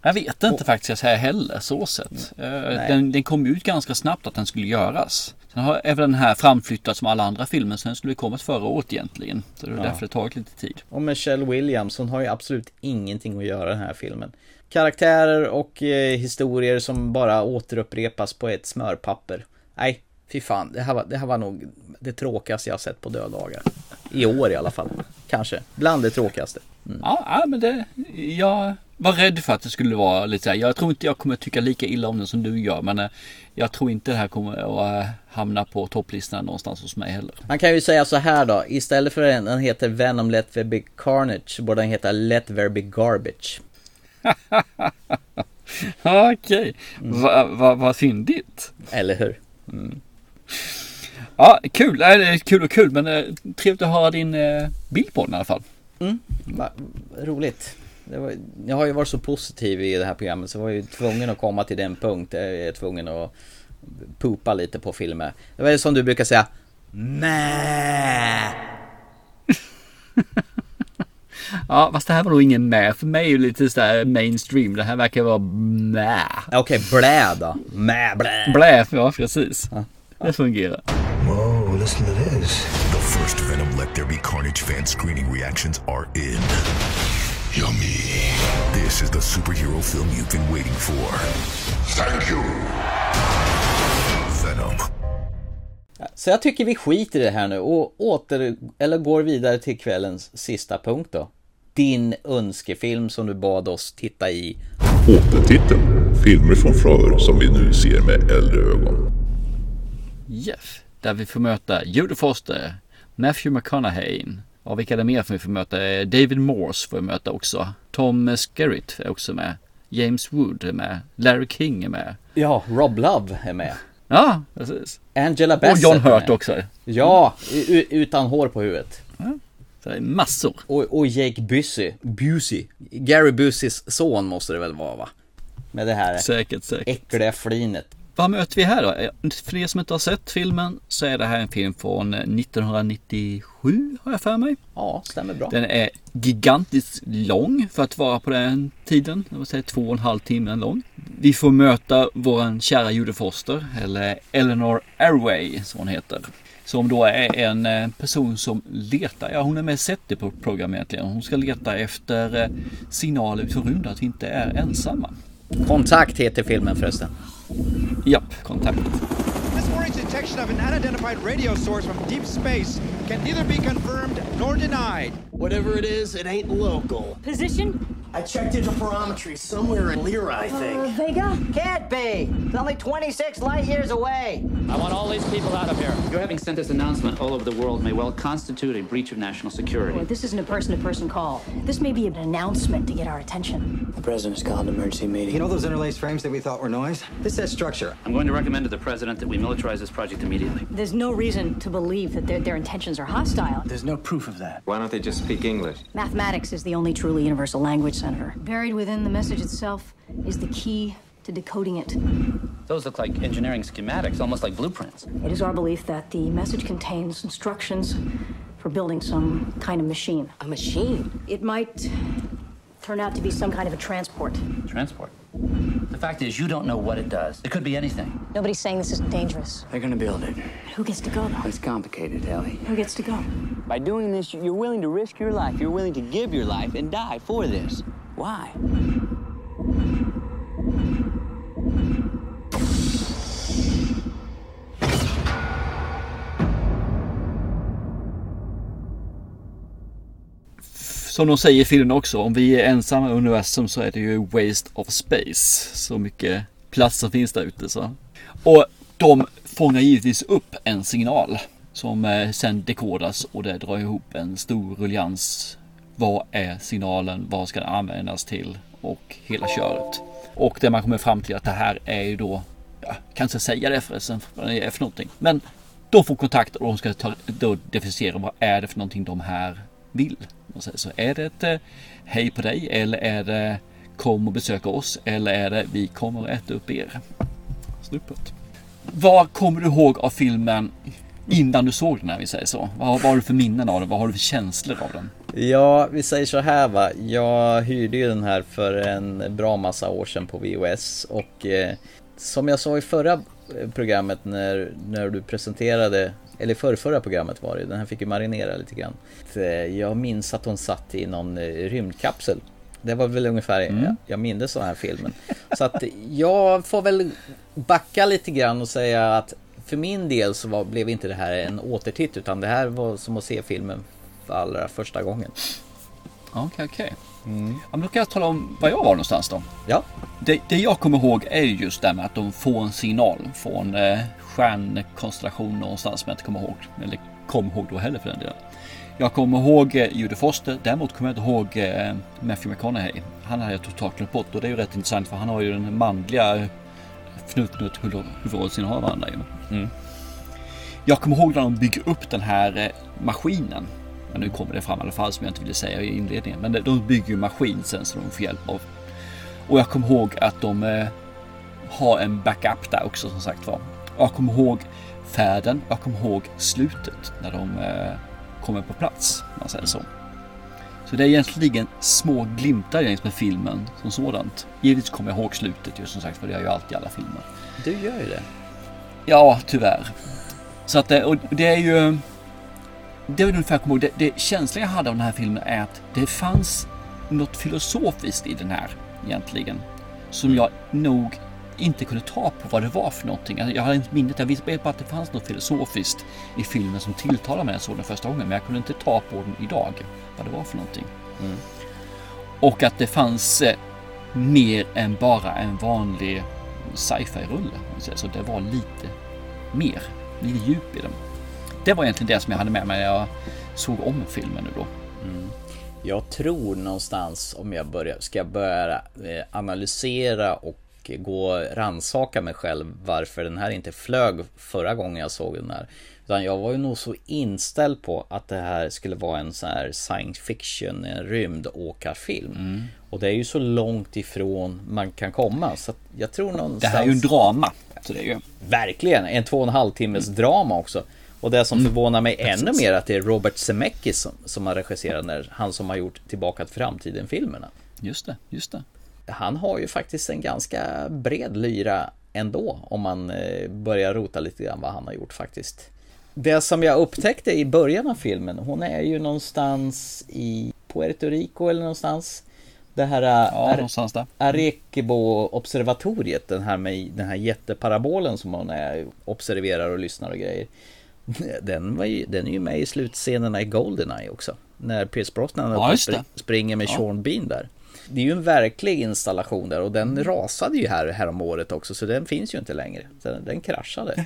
Jag vet inte faktiskt här heller så sett. Den kom ut ganska snabbt att den skulle göras. Sen har även den här framflyttat som alla andra filmer, sen skulle det kommit förra året egentligen. Så det är därför det tagit lite tid. Och Michelle Williams, hon har ju absolut ingenting att göra i den här filmen. Karaktärer och historier som bara återupprepas på ett smörpapper. Nej, fy fan, det här var nog det tråkigaste jag sett på döddagar. I år i alla fall, kanske. Bland det tråkigaste. Ja, men jag var rädd för att det skulle vara lite så här. Jag tror inte jag kommer tycka lika illa om den som du gör, men jag tror inte det här kommer att hamna på topplistan någonstans hos mig heller. Man kan ju säga så här då, istället för den heter Venom Let There Be Carnage, borde den heta Let There Be Garbage. Okej, vad fyndigt. Eller hur? Ja, kul. Det är kul, men trevligt att höra din bild på den i alla fall. Roligt. Jag har ju varit så positiv i det här programmet, så jag var ju tvungen att komma till den punkt jag är tvungen att poopa lite på filmer. Det var ju som du brukar säga, nej. Ja, fast det här var nog ingen med. För mig är det lite sådär mainstream. Det här verkar vara blä. Okej, blä då. Blä, ja precis. Det fungerar. Whoa, listen to this. The first Venom Let There Be Carnage fan screening reactions are in. Yummy. This is the superhero film you've been waiting for. Thank you. Venom. Så jag tycker vi skiter i det här nu och går vidare till kvällens sista punkt då. Din önskefilm som du bad oss titta i. Återtiteln. Filmer från förr som vi nu ser med äldre ögon. Jeff, där vi får möta Jodie Foster, Matthew McConaughey. Och vilka är det mer får vi får möta? David Morse får vi möta också. Tom Skerritt är också med. James Wood är med. Larry King är med. Ja, Rob Love är med. Ja, precis. Angela Bassett. Och John Hurt också. Ja, utan hår på huvudet. Ja, så det är massor. Och Jake Busey. Gary Buseys son måste det väl vara, va? Med det här säkert. äckliga flinet. Vad möter vi här då? För er som inte har sett filmen så är det här en film från 1997 har jag för mig. Ja, stämmer bra. Den är gigantiskt lång för att vara på den tiden. Jag vill säga 2,5 timmar lång. Vi får möta våran kära Jodie Foster, eller Eleanor Arway som hon heter. Som då är en person som letar, hon är med sett det på programmet egentligen. Hon ska leta efter signaler ut för rymden att vi inte är ensamma. Kontakt heter filmen förresten. Japp, Kontakt. This morning's detection of an unidentified radio source from deep space can neither be confirmed nor denied. Whatever it is, it ain't local. Position? I checked interferometry somewhere in Lyra, I think. Vega? Can't be. It's only 26 light years away. I want all these people out of here. Your having sent this announcement all over the world may well constitute a breach of national security. Well, this isn't a person-to-person call. This may be an announcement to get our attention. The president's called an emergency meeting. You know those interlaced frames that we thought were noise? This has structure. I'm going to recommend to the president that we militarize this project immediately. There's no reason to believe that their intentions are hostile. There's no proof of that. Why don't they just speak English? Mathematics is the only truly universal language, Senator. Buried within the message itself is the key to decoding it. Those look like engineering schematics, almost like blueprints. It is our belief that the message contains instructions for building some kind of machine. A machine? It might turn out to be some kind of a transport. Transport? The fact is, you don't know what it does. It could be anything. Nobody's saying this isn't dangerous. They're gonna build it. Who gets to go, though? It's complicated, Ellie. Who gets to go? By doing this, you're willing to risk your life. You're willing to give your life and die for this. Why? Som de säger i filmen också, om vi är ensamma i universum så är det ju waste of space. Så mycket plats som finns där ute. Så. Och de fångar givetvis upp en signal som sen dekodas och det drar ihop en stor ruljans. Vad är signalen? Vad ska den användas till? Och hela köret. Och det man kommer fram till att det här är ju då, jag kan inte säga det förresten vad det är för någonting. Men de får kontakt och de ska då definiera vad är det för någonting de här vill. Så är det ett hej på dig eller är det kom och besöka oss eller är det vi kommer att äta upp er. Snuppet. Vad kommer du ihåg av filmen innan du såg den här, vi säger så? Vad har du för minnen av den? Vad har du för känslor av den? Ja, vi säger så här va. Jag hyrde ju den här för en bra massa år sedan på VHS. Och som jag sa i förra programmet när du presenterade, eller förra programmet var det, den här fick ju marinera lite grann. Jag minns att hon satt i någon rymdkapsel. Det var väl ungefär, jag minns den här filmen. Så att jag får väl backa lite grann och säga att för min del så blev inte det här en återtitt, utan det här var som att se filmen för allra första gången. Okej. Ja, men då kan jag tala om var jag var någonstans då. Ja. Det jag kommer ihåg är ju just det med att de får en signal från stjärnkonstellation någonstans som jag inte kommer ihåg. Eller kom ihåg då heller för den delen. Jag kommer ihåg Judy Foster, däremot kommer jag inte ihåg Matthew McConaughey. Han hade jag totalt glömt bort, och det är ju rätt intressant för han har ju den manliga fnutnut huvudrollsinnehavaren där ju. Jag kommer ihåg när de bygger upp den här maskinen. Men nu kommer det fram i alla fall som jag inte ville säga i inledningen. Men de bygger ju maskin sen som de får hjälp av. Och jag kommer ihåg att de har en backup där också som sagt var. Jag kommer ihåg färden, jag kommer ihåg slutet när de kommer på plats, man säger så. Så det är egentligen små glimtar jäms med filmen som sådant. Givetvis kommer jag ihåg slutet ju som sagt, för det är ju alltid i alla filmer. Du gör ju det. Ja, tyvärr. Så att och det är ju... Det var ungefär kommer ihåg. Det känslan jag hade av den här filmen är att det fanns något filosofiskt i den här egentligen. Som jag nog inte kunde ta på vad det var för någonting. Jag hade inte minnet, jag visste bara att det fanns något filosofiskt i filmen som tilltalade mig så den första gången. Men jag kunde inte ta på den idag vad det var för någonting. Och att det fanns mer än bara en vanlig sci-fi-rulle. Så det var lite mer, lite djup i den. Det var egentligen det som jag hade med mig när jag såg om filmen nu då. Jag tror någonstans, om jag ska börja analysera och rannsaka mig själv varför den här inte flög förra gången jag såg den här. Utan jag var ju nog så inställd på att det här skulle vara en sån här science fiction, en rymdåkarfilm. Och det är ju så långt ifrån man kan komma. Så att jag tror någonstans... Det här är ju en drama. Så det är ju... Verkligen, en 2,5 timmes drama också. Och det som förvånar mig ännu mer att det är Robert Zemeckis som har regisserat, han som har gjort Tillbaka till framtiden-filmerna. Just det. Han har ju faktiskt en ganska bred lyra ändå, om man börjar rota lite grann vad han har gjort faktiskt. Det som jag upptäckte i början av filmen, hon är ju någonstans i Puerto Rico eller någonstans. Det här någonstans där. Arecibo-observatoriet, den här jätteparabolen som hon observerar och lyssnar och grejer. Den är ju med i slutscenerna i GoldenEye också. När Pierce Brosnan springer med Sean Bean där. Det är ju en verklig installation där, och den rasade ju här om året också, så den finns ju inte längre. Den kraschade.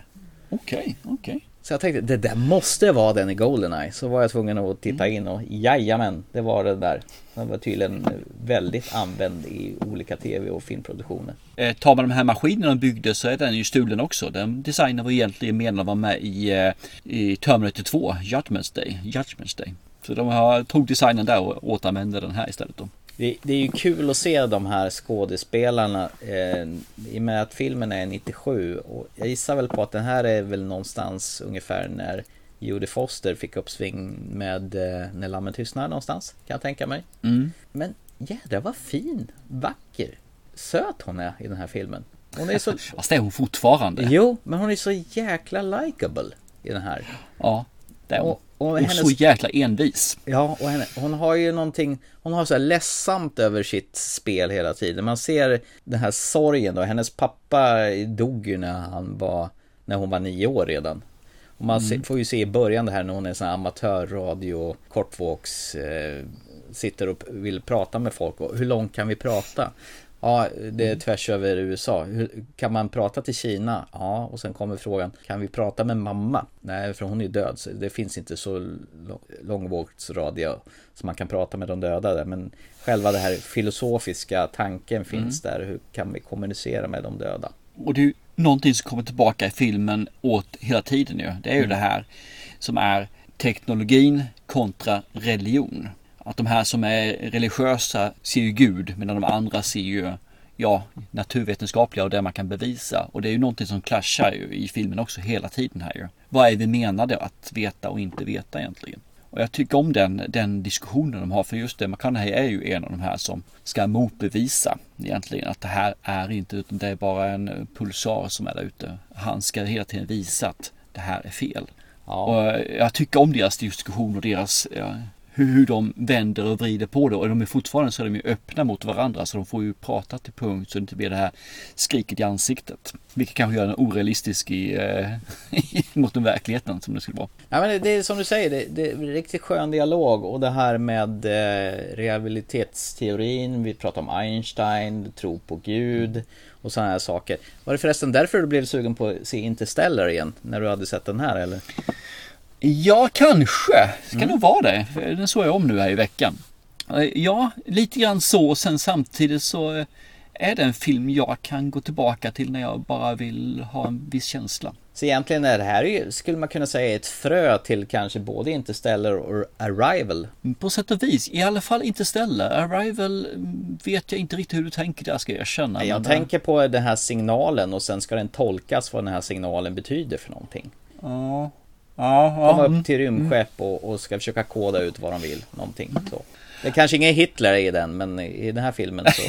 Okej. Så jag tänkte, det där måste vara den i GoldenEye. Så var jag tvungen att titta in och jajamän, det var det där. Den var tydligen väldigt använd i olika tv- och filmproduktioner. Tar man de här maskinerna de byggde så är den ju stulen också. Den designen var egentligen menad att vara med i Terminator 2, Judgment Day. Så de tog designen där och återanvände den här istället då. Det är ju kul att se de här skådespelarna i och med att filmen är 97, och jag gissar väl på att den här är väl någonstans ungefär när Jodie Foster fick uppsving med När lammen tystnar någonstans, kan jag tänka mig. Men jädra vad fin, vacker, söt hon är i den här filmen. Hon är så... Fast är hon fortfarande? Jo, men hon är så jäkla likable i den här. Ja, det är hon. Och hennes... så jäkla envis. Ja, och hon har ju någonting, hon har så här ledsamt över sitt spel hela tiden. Man ser den här sorgen då. Hennes pappa dog ju när hon var 9 år redan. Och man får ju se i början det här när hon är sån här amatörradio, kortvågs, sitter och vill prata med folk. Och hur långt kan vi prata? Ja, det är tvärs över USA. Kan man prata till Kina? Ja, och sen kommer frågan, kan vi prata med mamma? Nej, för hon är död, så det finns inte så långvågsradio så man kan prata med de döda där. Men själva det här filosofiska tanken finns där. Hur kan vi kommunicera med de döda? Och det är ju någonting som kommer tillbaka i filmen åt hela tiden ju. Det är ju det här som är teknologin kontra religion. Att de här som är religiösa ser ju Gud, medan de andra ser ju naturvetenskapliga och det man kan bevisa. Och det är ju någonting som clashar ju i filmen också hela tiden här ju. Vad är vi menade att veta och inte veta egentligen? Och jag tycker om den diskussionen de har, för just det, McConaughey är ju en av de här som ska motbevisa egentligen att det här är inte, utan det är bara en pulsar som är där ute. Han ska hela tiden visa att det här är fel. Ja. Och jag tycker om deras diskussion och deras hur de vänder och vrider på det, och de är fortfarande så är de ju öppna mot varandra, så de får ju prata till punkt så det inte blir det här skriket i ansiktet, vilket kanske gör den orealistisk mot den verkligheten som det skulle vara. Ja, men det är som du säger, det är riktigt skön dialog, och det här med rehabilitetsteorin, vi pratar om Einstein, tro på Gud och sådana här saker. Var det förresten därför du blev sugen på att se Interstellar igen när du hade sett den här, eller? Ja, kanske. Ska nog vara det. Den såg jag om nu här i veckan. Ja, lite grann så. Sen samtidigt så är det en film jag kan gå tillbaka till när jag bara vill ha en viss känsla. Så egentligen är det här, skulle man kunna säga, ett frö till kanske både Interstellar och Arrival? På sätt och vis. I alla fall Interstellar. Arrival vet jag inte riktigt hur du tänker där, ska jag känna. Jag tänker på den här signalen, och sen ska den tolkas vad den här signalen betyder för någonting. Ja. Komma upp till rymdskepp och ska försöka koda ut vad de vill, någonting så. Det är kanske ingen Hitler i den, men i den här filmen så...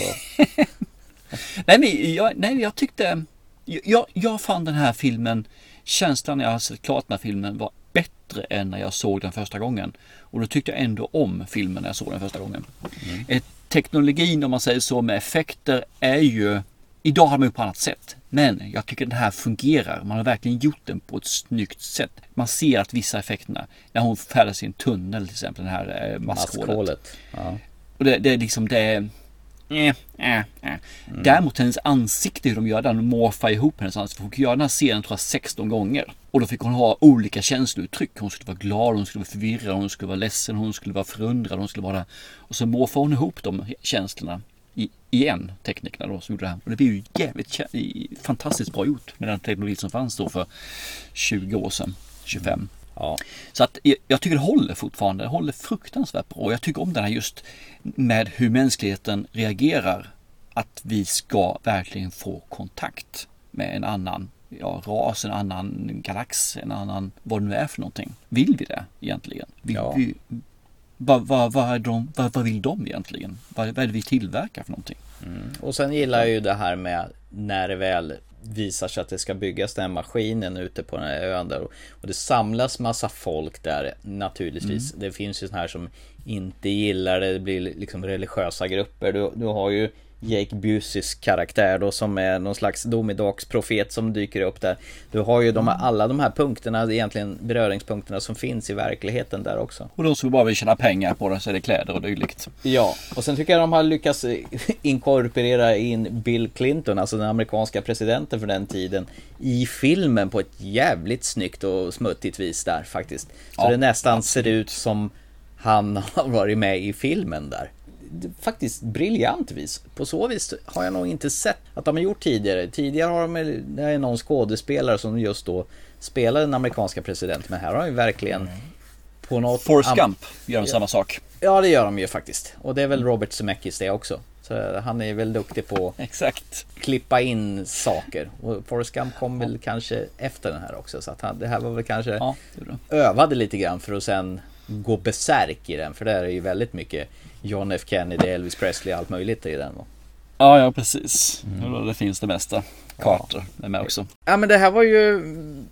jag tyckte... Jag fann den här filmen, känslan när jag har sett klart den här filmen var bättre än när jag såg den första gången. Och då tyckte jag ändå om filmen när jag såg den första gången. Teknologin, om man säger så, med effekter är ju... Idag har man ju på annat sätt. Men jag tycker den här fungerar. Man har verkligen gjort den på ett snyggt sätt. Man ser att vissa effekterna, när hon färdas i en tunnel till exempel, den här maskhålet. Ja. Och det är liksom det. Däremot hennes ansikte, hur de gör den, morfar ihop hennes ansikte. Hon fick göra den här scenen tror jag 16 gånger. Och då fick hon ha olika känslouttryck. Hon skulle vara glad, hon skulle vara förvirrad, hon skulle vara ledsen, hon skulle vara förundrad, hon skulle vara... Och så morfar hon ihop de känslorna igen, teknikerna då som gjorde det här. Och det blir ju jävligt fantastiskt bra gjort med den teknologi som fanns då för 20 år sedan, 25. Ja. Så att jag tycker det håller fortfarande, det håller fruktansvärt bra. Och jag tycker om det här just med hur mänskligheten reagerar, att vi ska verkligen få kontakt med en annan ras, en annan galax, en annan, vad det nu är för någonting. Vill vi det egentligen? Vad vill de egentligen? Vad är det vi tillverkar för någonting? Och sen gillar jag ju det här med när det väl visar sig att det ska byggas den här maskinen ute på den här ön där, och det samlas massa folk där naturligtvis. Det finns ju sån här som inte gillar det blir liksom religiösa grupper. Du har ju Jake Buseys karaktär då, som är någon slags domedagsprofet som dyker upp där. Du har ju alla de här punkterna, egentligen beröringspunkterna som finns i verkligheten där också. Och då så bara vi tjäna pengar på det, så är det kläder och dylikt. Ja, och sen tycker jag de har lyckats inkorporera in Bill Clinton, alltså den amerikanska presidenten för den tiden, i filmen på ett jävligt snyggt och smuttigt vis där faktiskt. Så det nästan ser ut som han har varit med i filmen där. Faktiskt briljant vis. På så vis har jag nog inte sett att de har gjort tidigare. Tidigare har det är någon skådespelare som just då spelar den amerikanska presidenten, men här har de verkligen på något... Forrest Gump gör de samma sak. Ja, det gör de ju faktiskt. Och det är väl Robert Zemeckis det också. Så han är väl duktig på att klippa in saker. Och Forrest Gump kom väl kanske efter den här också. Så att det här var väl kanske övade lite grann för att sen gå besärk i den. För det är ju väldigt mycket John F. Kennedy, Elvis Presley, allt möjligt i den. Ja, precis. Det finns det mesta. Carter är med också. Ja, men det här var ju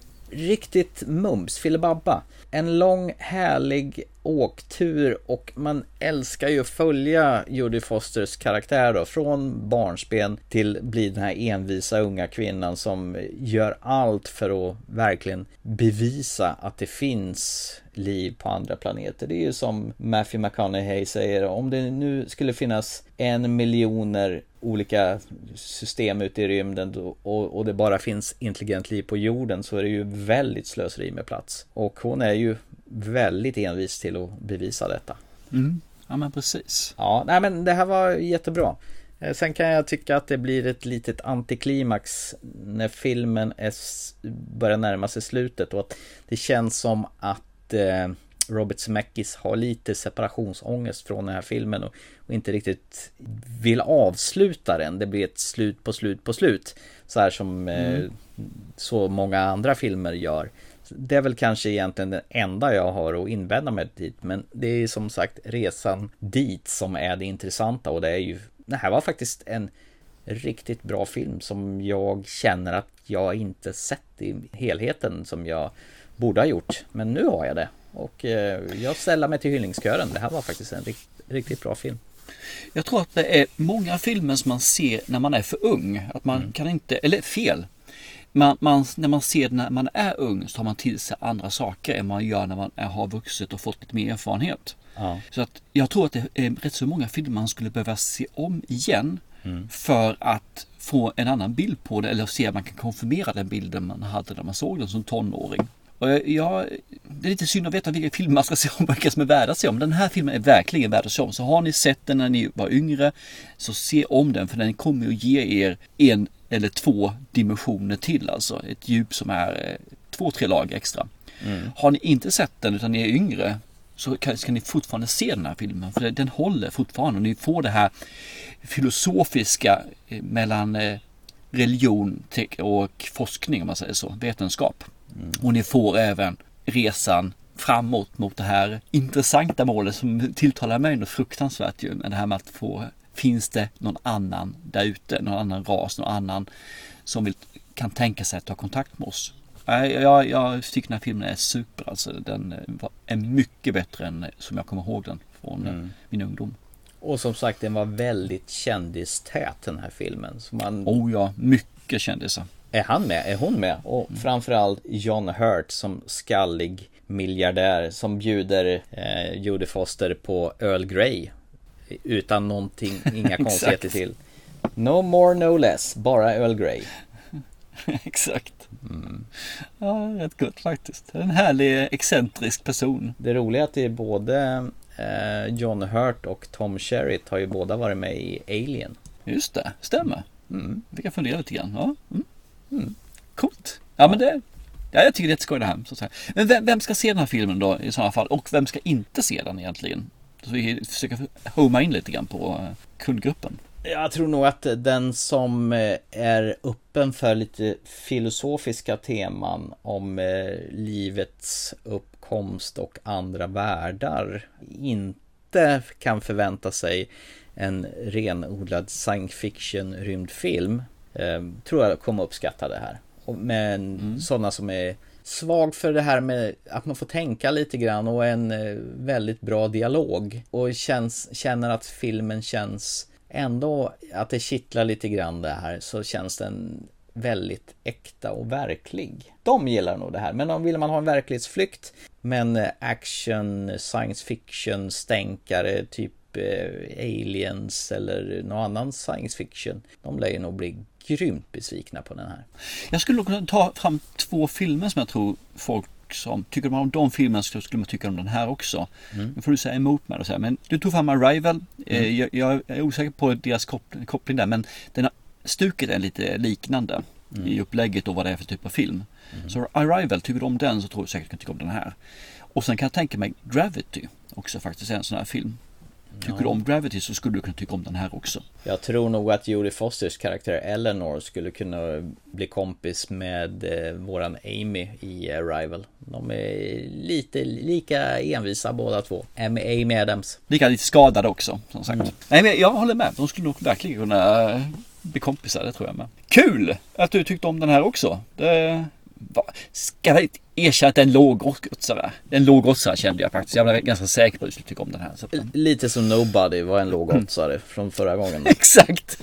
riktigt mums, filibabba. En lång, härlig åktur, och man älskar ju att följa Jodie Fosters karaktär då, från barnsben till bli den här envisa unga kvinnan som gör allt för att verkligen bevisa att det finns liv på andra planeter. Det är ju som Matthew McConaughey säger, om det nu skulle finnas 1 miljoner olika system ute i rymden och det bara finns intelligent liv på jorden, så är det ju väldigt slöseri med plats. Och hon är ju väldigt envis till att bevisa detta. Ja, men precis. Ja, nej, men det här var jättebra. Sen kan jag tycka att det blir ett litet antiklimax när filmen börjar närma sig slutet, och att det känns som att Robert Zemeckis har lite separationsångest från den här filmen och inte riktigt vill avsluta den. Det blir ett slut på slut så här som så många andra filmer gör. det är väl kanske egentligen det enda jag har att invända med dit. Men det är som sagt resan dit som är det intressanta. Och det här var faktiskt en riktigt bra film som jag känner att jag inte sett i helheten som jag borde ha gjort. Men nu har jag det. Och jag ställer mig till hyllningskören. Det här var faktiskt en riktigt bra film. Jag tror att det är många filmer som man ser när man är för ung. Att man kan inte, eller fel. När man ser när man är ung så tar man till sig andra saker än man gör när man har vuxit och fått lite mer erfarenhet. Ja. Så att jag tror att det är rätt så många filmer man skulle behöva se om igen för att få en annan bild på det, eller se om man kan konfirmera den bilden man hade när man såg den som tonåring. Och det är lite synd att veta vilka filmer man ska se om, vilka som är värda att se om. Den här filmen är verkligen värd att se om. Så har ni sett den när ni var yngre, så se om den, för den kommer att ge er 1 eller 2 dimensioner till. Alltså ett djup som är 2-3 lag extra. Har ni inte sett den utan ni är yngre, så ska ni fortfarande se den här filmen. För den håller fortfarande. Och ni får det här filosofiska mellan religion och forskning, om man säger så. Vetenskap. Och ni får även resan framåt mot det här intressanta målet som tilltalar mig något fruktansvärt ju. Men det här med att finns det någon annan där ute, någon annan ras, någon annan som kan tänka sig att ta kontakt med oss. Jag tycker den här filmen är super, alltså. Den är mycket bättre än som jag kommer ihåg den från min ungdom. Och som sagt, den var väldigt kändistät, den här filmen. Så mycket kändisar. Är han med? Är hon med? Och framförallt John Hurt som skallig miljardär som bjuder Jodie Foster på Earl Grey utan någonting, inga konstigheter till. No more, no less, bara Earl Grey. Exakt. Ja, rätt gott faktiskt. En härlig, excentrisk person. Det roliga är att det är både John Hurt och Tom Skerritt har ju båda varit med i Alien. Just det, stämmer. Vi kan fundera lite grann. Ja. Coolt. Ja, men jag tycker det är ett skoj det här. Så att säga. Men vem ska se den här filmen då i sådana fall? Och vem ska inte se den egentligen? Så vi försöker homa in lite grann på kundgruppen. Jag tror nog att den som är öppen för lite filosofiska teman om livets uppkomst och andra världar inte kan förvänta sig en renodlad science fiction rymdfilm. Tror jag kommer uppskatta det här. Men sådana som är svag för det här med att man får tänka lite grann och en väldigt bra dialog och känner att filmen känns ändå att det kittlar lite grann det här, så känns den väldigt äkta och verklig. De gillar nog det här, men om vill man ha en verklighetsflykt men action, science fiction, stänkare typ Aliens eller någon annan science fiction, de lär ju nog bli grymt besvikna på den här. Jag skulle kunna ta fram 2 filmer som jag tror folk som tycker om de filmerna skulle man tycka om den här också. Nu får du säga emot mig och säga, men du tog fram Arrival. Jag är osäker på deras koppling där, men stuket är lite liknande i upplägget och vad det är för typ av film. Så Arrival, tycker du om den så tror jag säkert kan tycka om den här. Och sen kan jag tänka mig Gravity också faktiskt är en sån här film. Tycker du om Gravity så skulle du kunna tycka om den här också. Jag tror nog att Jodie Fosters karaktär Eleanor skulle kunna bli kompis med våran Amy i Arrival. De är lite lika envisa båda två. Amy Adams. Lite skadade också, som sagt. Nej, men jag håller med. De skulle nog verkligen kunna bli kompisar, det tror jag med. Kul att du tyckte om den här också. Ska jag erkänna att det är en lågoddsare. En lågoddsare kände jag faktiskt. Jag var ganska säker på att du skulle tycka om den här. Så. Lite som Nobody var en lågoddsare från förra gången. Exakt.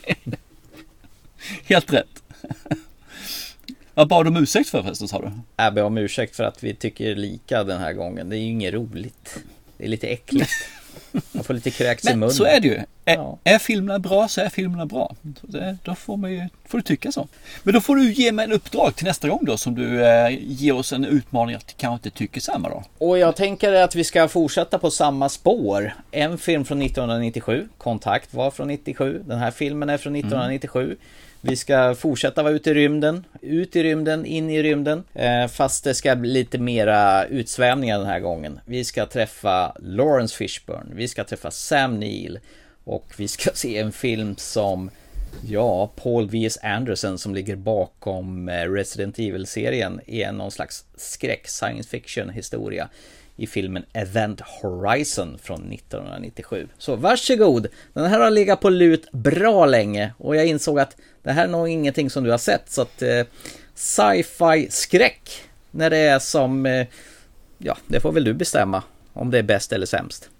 Helt rätt. Vad bad du om ursäkt för förresten, sa du? Jag ber om ursäkt för att vi tycker lika den här gången. Det är ju inget roligt. Det är lite äckligt. Man får lite kräks i munnen. Men så är det ju. Är filmerna bra så är filmerna bra. Då får du tycka så. Men då får du ge mig en uppdrag till nästa gång då, som du ger oss en utmaning att kanske inte tycker samma då. Och jag tänker att vi ska fortsätta på samma spår. En film från 1997, Kontakt var från 97. Den här filmen är från 1997. Vi ska fortsätta vara ute i rymden, in i rymden. Fast det ska bli lite mera utsvävningar den här gången. Vi ska träffa Lawrence Fishburne, vi ska träffa Sam Neill och vi ska se en film som Ja, Paul V.S. Anderson som ligger bakom Resident Evil-serien är någon slags skräck science fiction historia i filmen Event Horizon från 1997. Så varsågod, den här har legat på lut bra länge och jag insåg att det här är nog ingenting som du har sett, så att sci-fi skräck när det är som, ja, det får väl du bestämma om det är bäst eller sämst.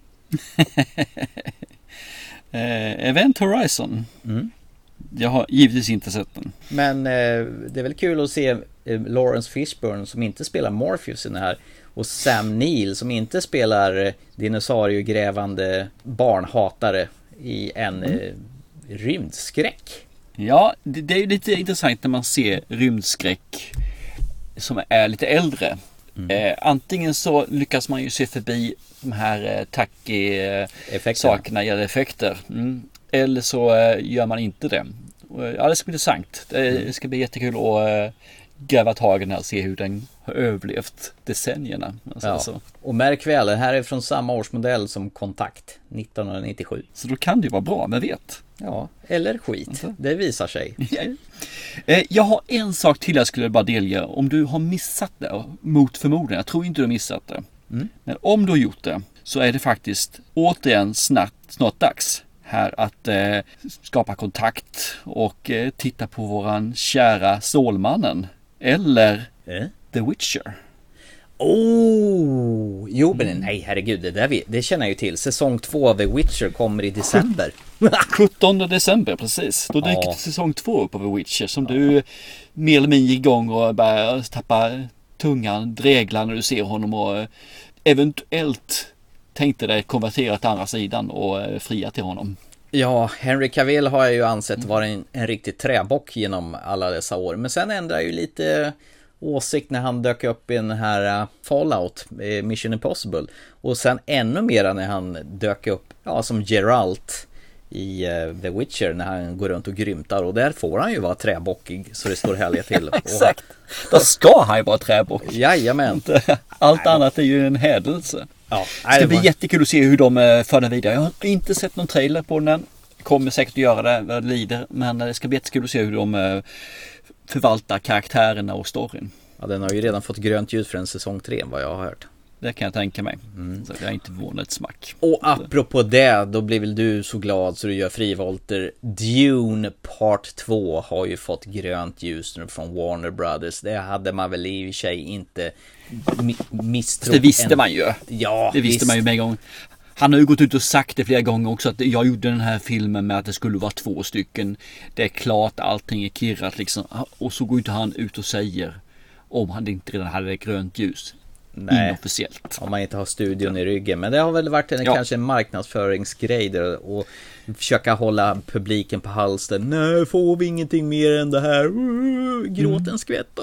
Event Horizon. Jag har givetvis inte sett den. Men det är väl kul att se Lawrence Fishburne som inte spelar Morpheus i den här, och Sam Neill som inte spelar dinosauriegrävande barnhatare i en rymdskräck. Ja, det är ju lite intressant när man ser rymdskräck som är lite äldre. Antingen så lyckas man ju se förbi de här tacky sakerna gäller effekter. Eller så gör man inte det. Ja, det ska bli intressant. Det ska bli jättekul att gräva tag i den här och se hur den har överlevt decennierna. Alltså. Och märk väl, det här är från samma årsmodell som Kontakt 1997. Så då kan det ju vara bra, men vet. Ja, eller skit. Det visar sig. Jag har en sak till jag skulle bara delge. Om du har missat det, mot förmodan, jag tror inte du har missat det. Men om du har gjort det, så är det faktiskt återigen snart dags här att skapa kontakt och titta på våran kära Stålmannen. Eller The Witcher. Jo, men nej, herregud, det känner jag ju till. Säsong 2 av The Witcher kommer i december. 17 december, precis. Då dyker säsong 2 upp av The Witcher som du mer eller mindre igång och börjar tappa tungan, dreglar när du ser honom och eventuellt tänkte dig konvertera till andra sidan och fria till honom. Ja, Henry Cavill har jag ju ansett vara en riktig träbock genom alla dessa år. Men sen ändrar ju lite åsikt när han dök upp i den här Fallout, Mission Impossible. Och sen ännu mer när han dök upp som Geralt i The Witcher när han går runt och grymtar. Och där får han ju vara träbockig så det står härligt till. Exakt, då ska han ju vara träbock. Jajamän. Allt annat är ju en hädelse. Ja, det ska bli jättekul att se hur de för den vidare. Jag har inte sett någon trailer på den. Kommer säkert att göra det vad det lider. Men det ska bli jättekul att se hur de förvaltar karaktärerna och storyn. Ja, den har ju redan fått grönt ljus för en säsong 3 vad jag har hört. Det kan jag tänka mig. Så jag är inte förvånad ett smack. Och apropå det, då blir väl du så glad så du gör frivolter. Dune Part 2 har ju fått grönt ljus nu från Warner Brothers. Det hade man väl i och för sig inte misstrott. Det visste man ju. Ja, det visste man ju med en gång. Han har ju gått ut och sagt det flera gånger också att jag gjorde den här filmen med att det skulle vara 2 stycken. Det är klart, allting är kirrat liksom. Och så går inte han ut och säger om han inte redan hade grönt ljus. Nej, inofficiellt. Om man inte har studion i ryggen. Men det har väl varit kanske en marknadsföringsgrej där, och försöka hålla publiken på halsen. Nej, får vi ingenting mer än det här. Gråten skvätta.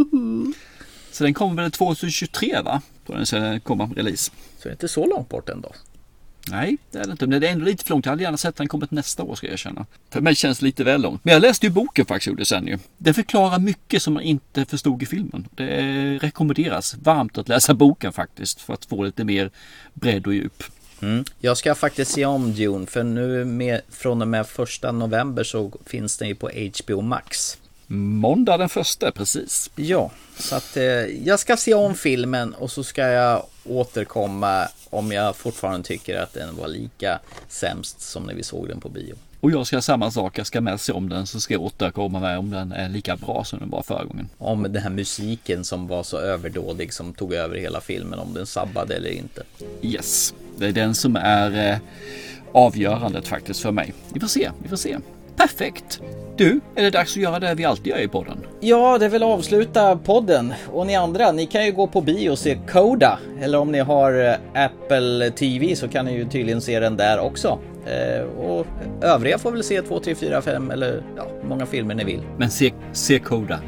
Så den kommer väl 2023 va? Då den ska komma release. Så det är inte så långt bort ändå. Nej, det är det inte. Men det är ändå lite för långt. Jag hade gärna sett den kommit nästa år, ska jag känna. För mig känns det lite väl långt. Men jag läste ju boken faktiskt sen ju. Den förklarar mycket som man inte förstod i filmen. Det rekommenderas varmt att läsa boken faktiskt. För att få lite mer bredd och djup. Jag ska faktiskt se om Dune. För nu från och med 1 november så finns den ju på HBO Max. Måndag den 1, precis. Ja, så att jag ska se om filmen och så ska jag återkomma om jag fortfarande tycker att den var lika sämst som när vi såg den på bio. Och jag ska göra samma sak, jag ska med sig om den, så ska jag återkomma med om den är lika bra som den var förra gången. Om den här musiken som var så överdådig som tog över hela filmen, om den sabbade eller inte. Yes, det är den som är avgörandet faktiskt för mig. Vi får se. Perfekt. Du, är det dags att göra det vi alltid gör i podden? Ja, det är väl avsluta podden. Och ni andra, ni kan ju gå på bio och se Coda. Eller om ni har Apple TV så kan ni ju tydligen se den där också. Och övriga får väl se 2, 3, 4, 5 eller många filmer ni vill. Men se Coda.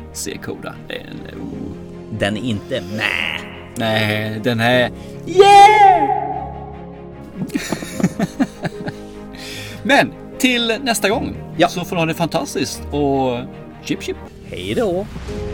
Den är inte med. Nej, den är... Yeah! Men till nästa gång så får ni ha det fantastiskt och chip. Hej då!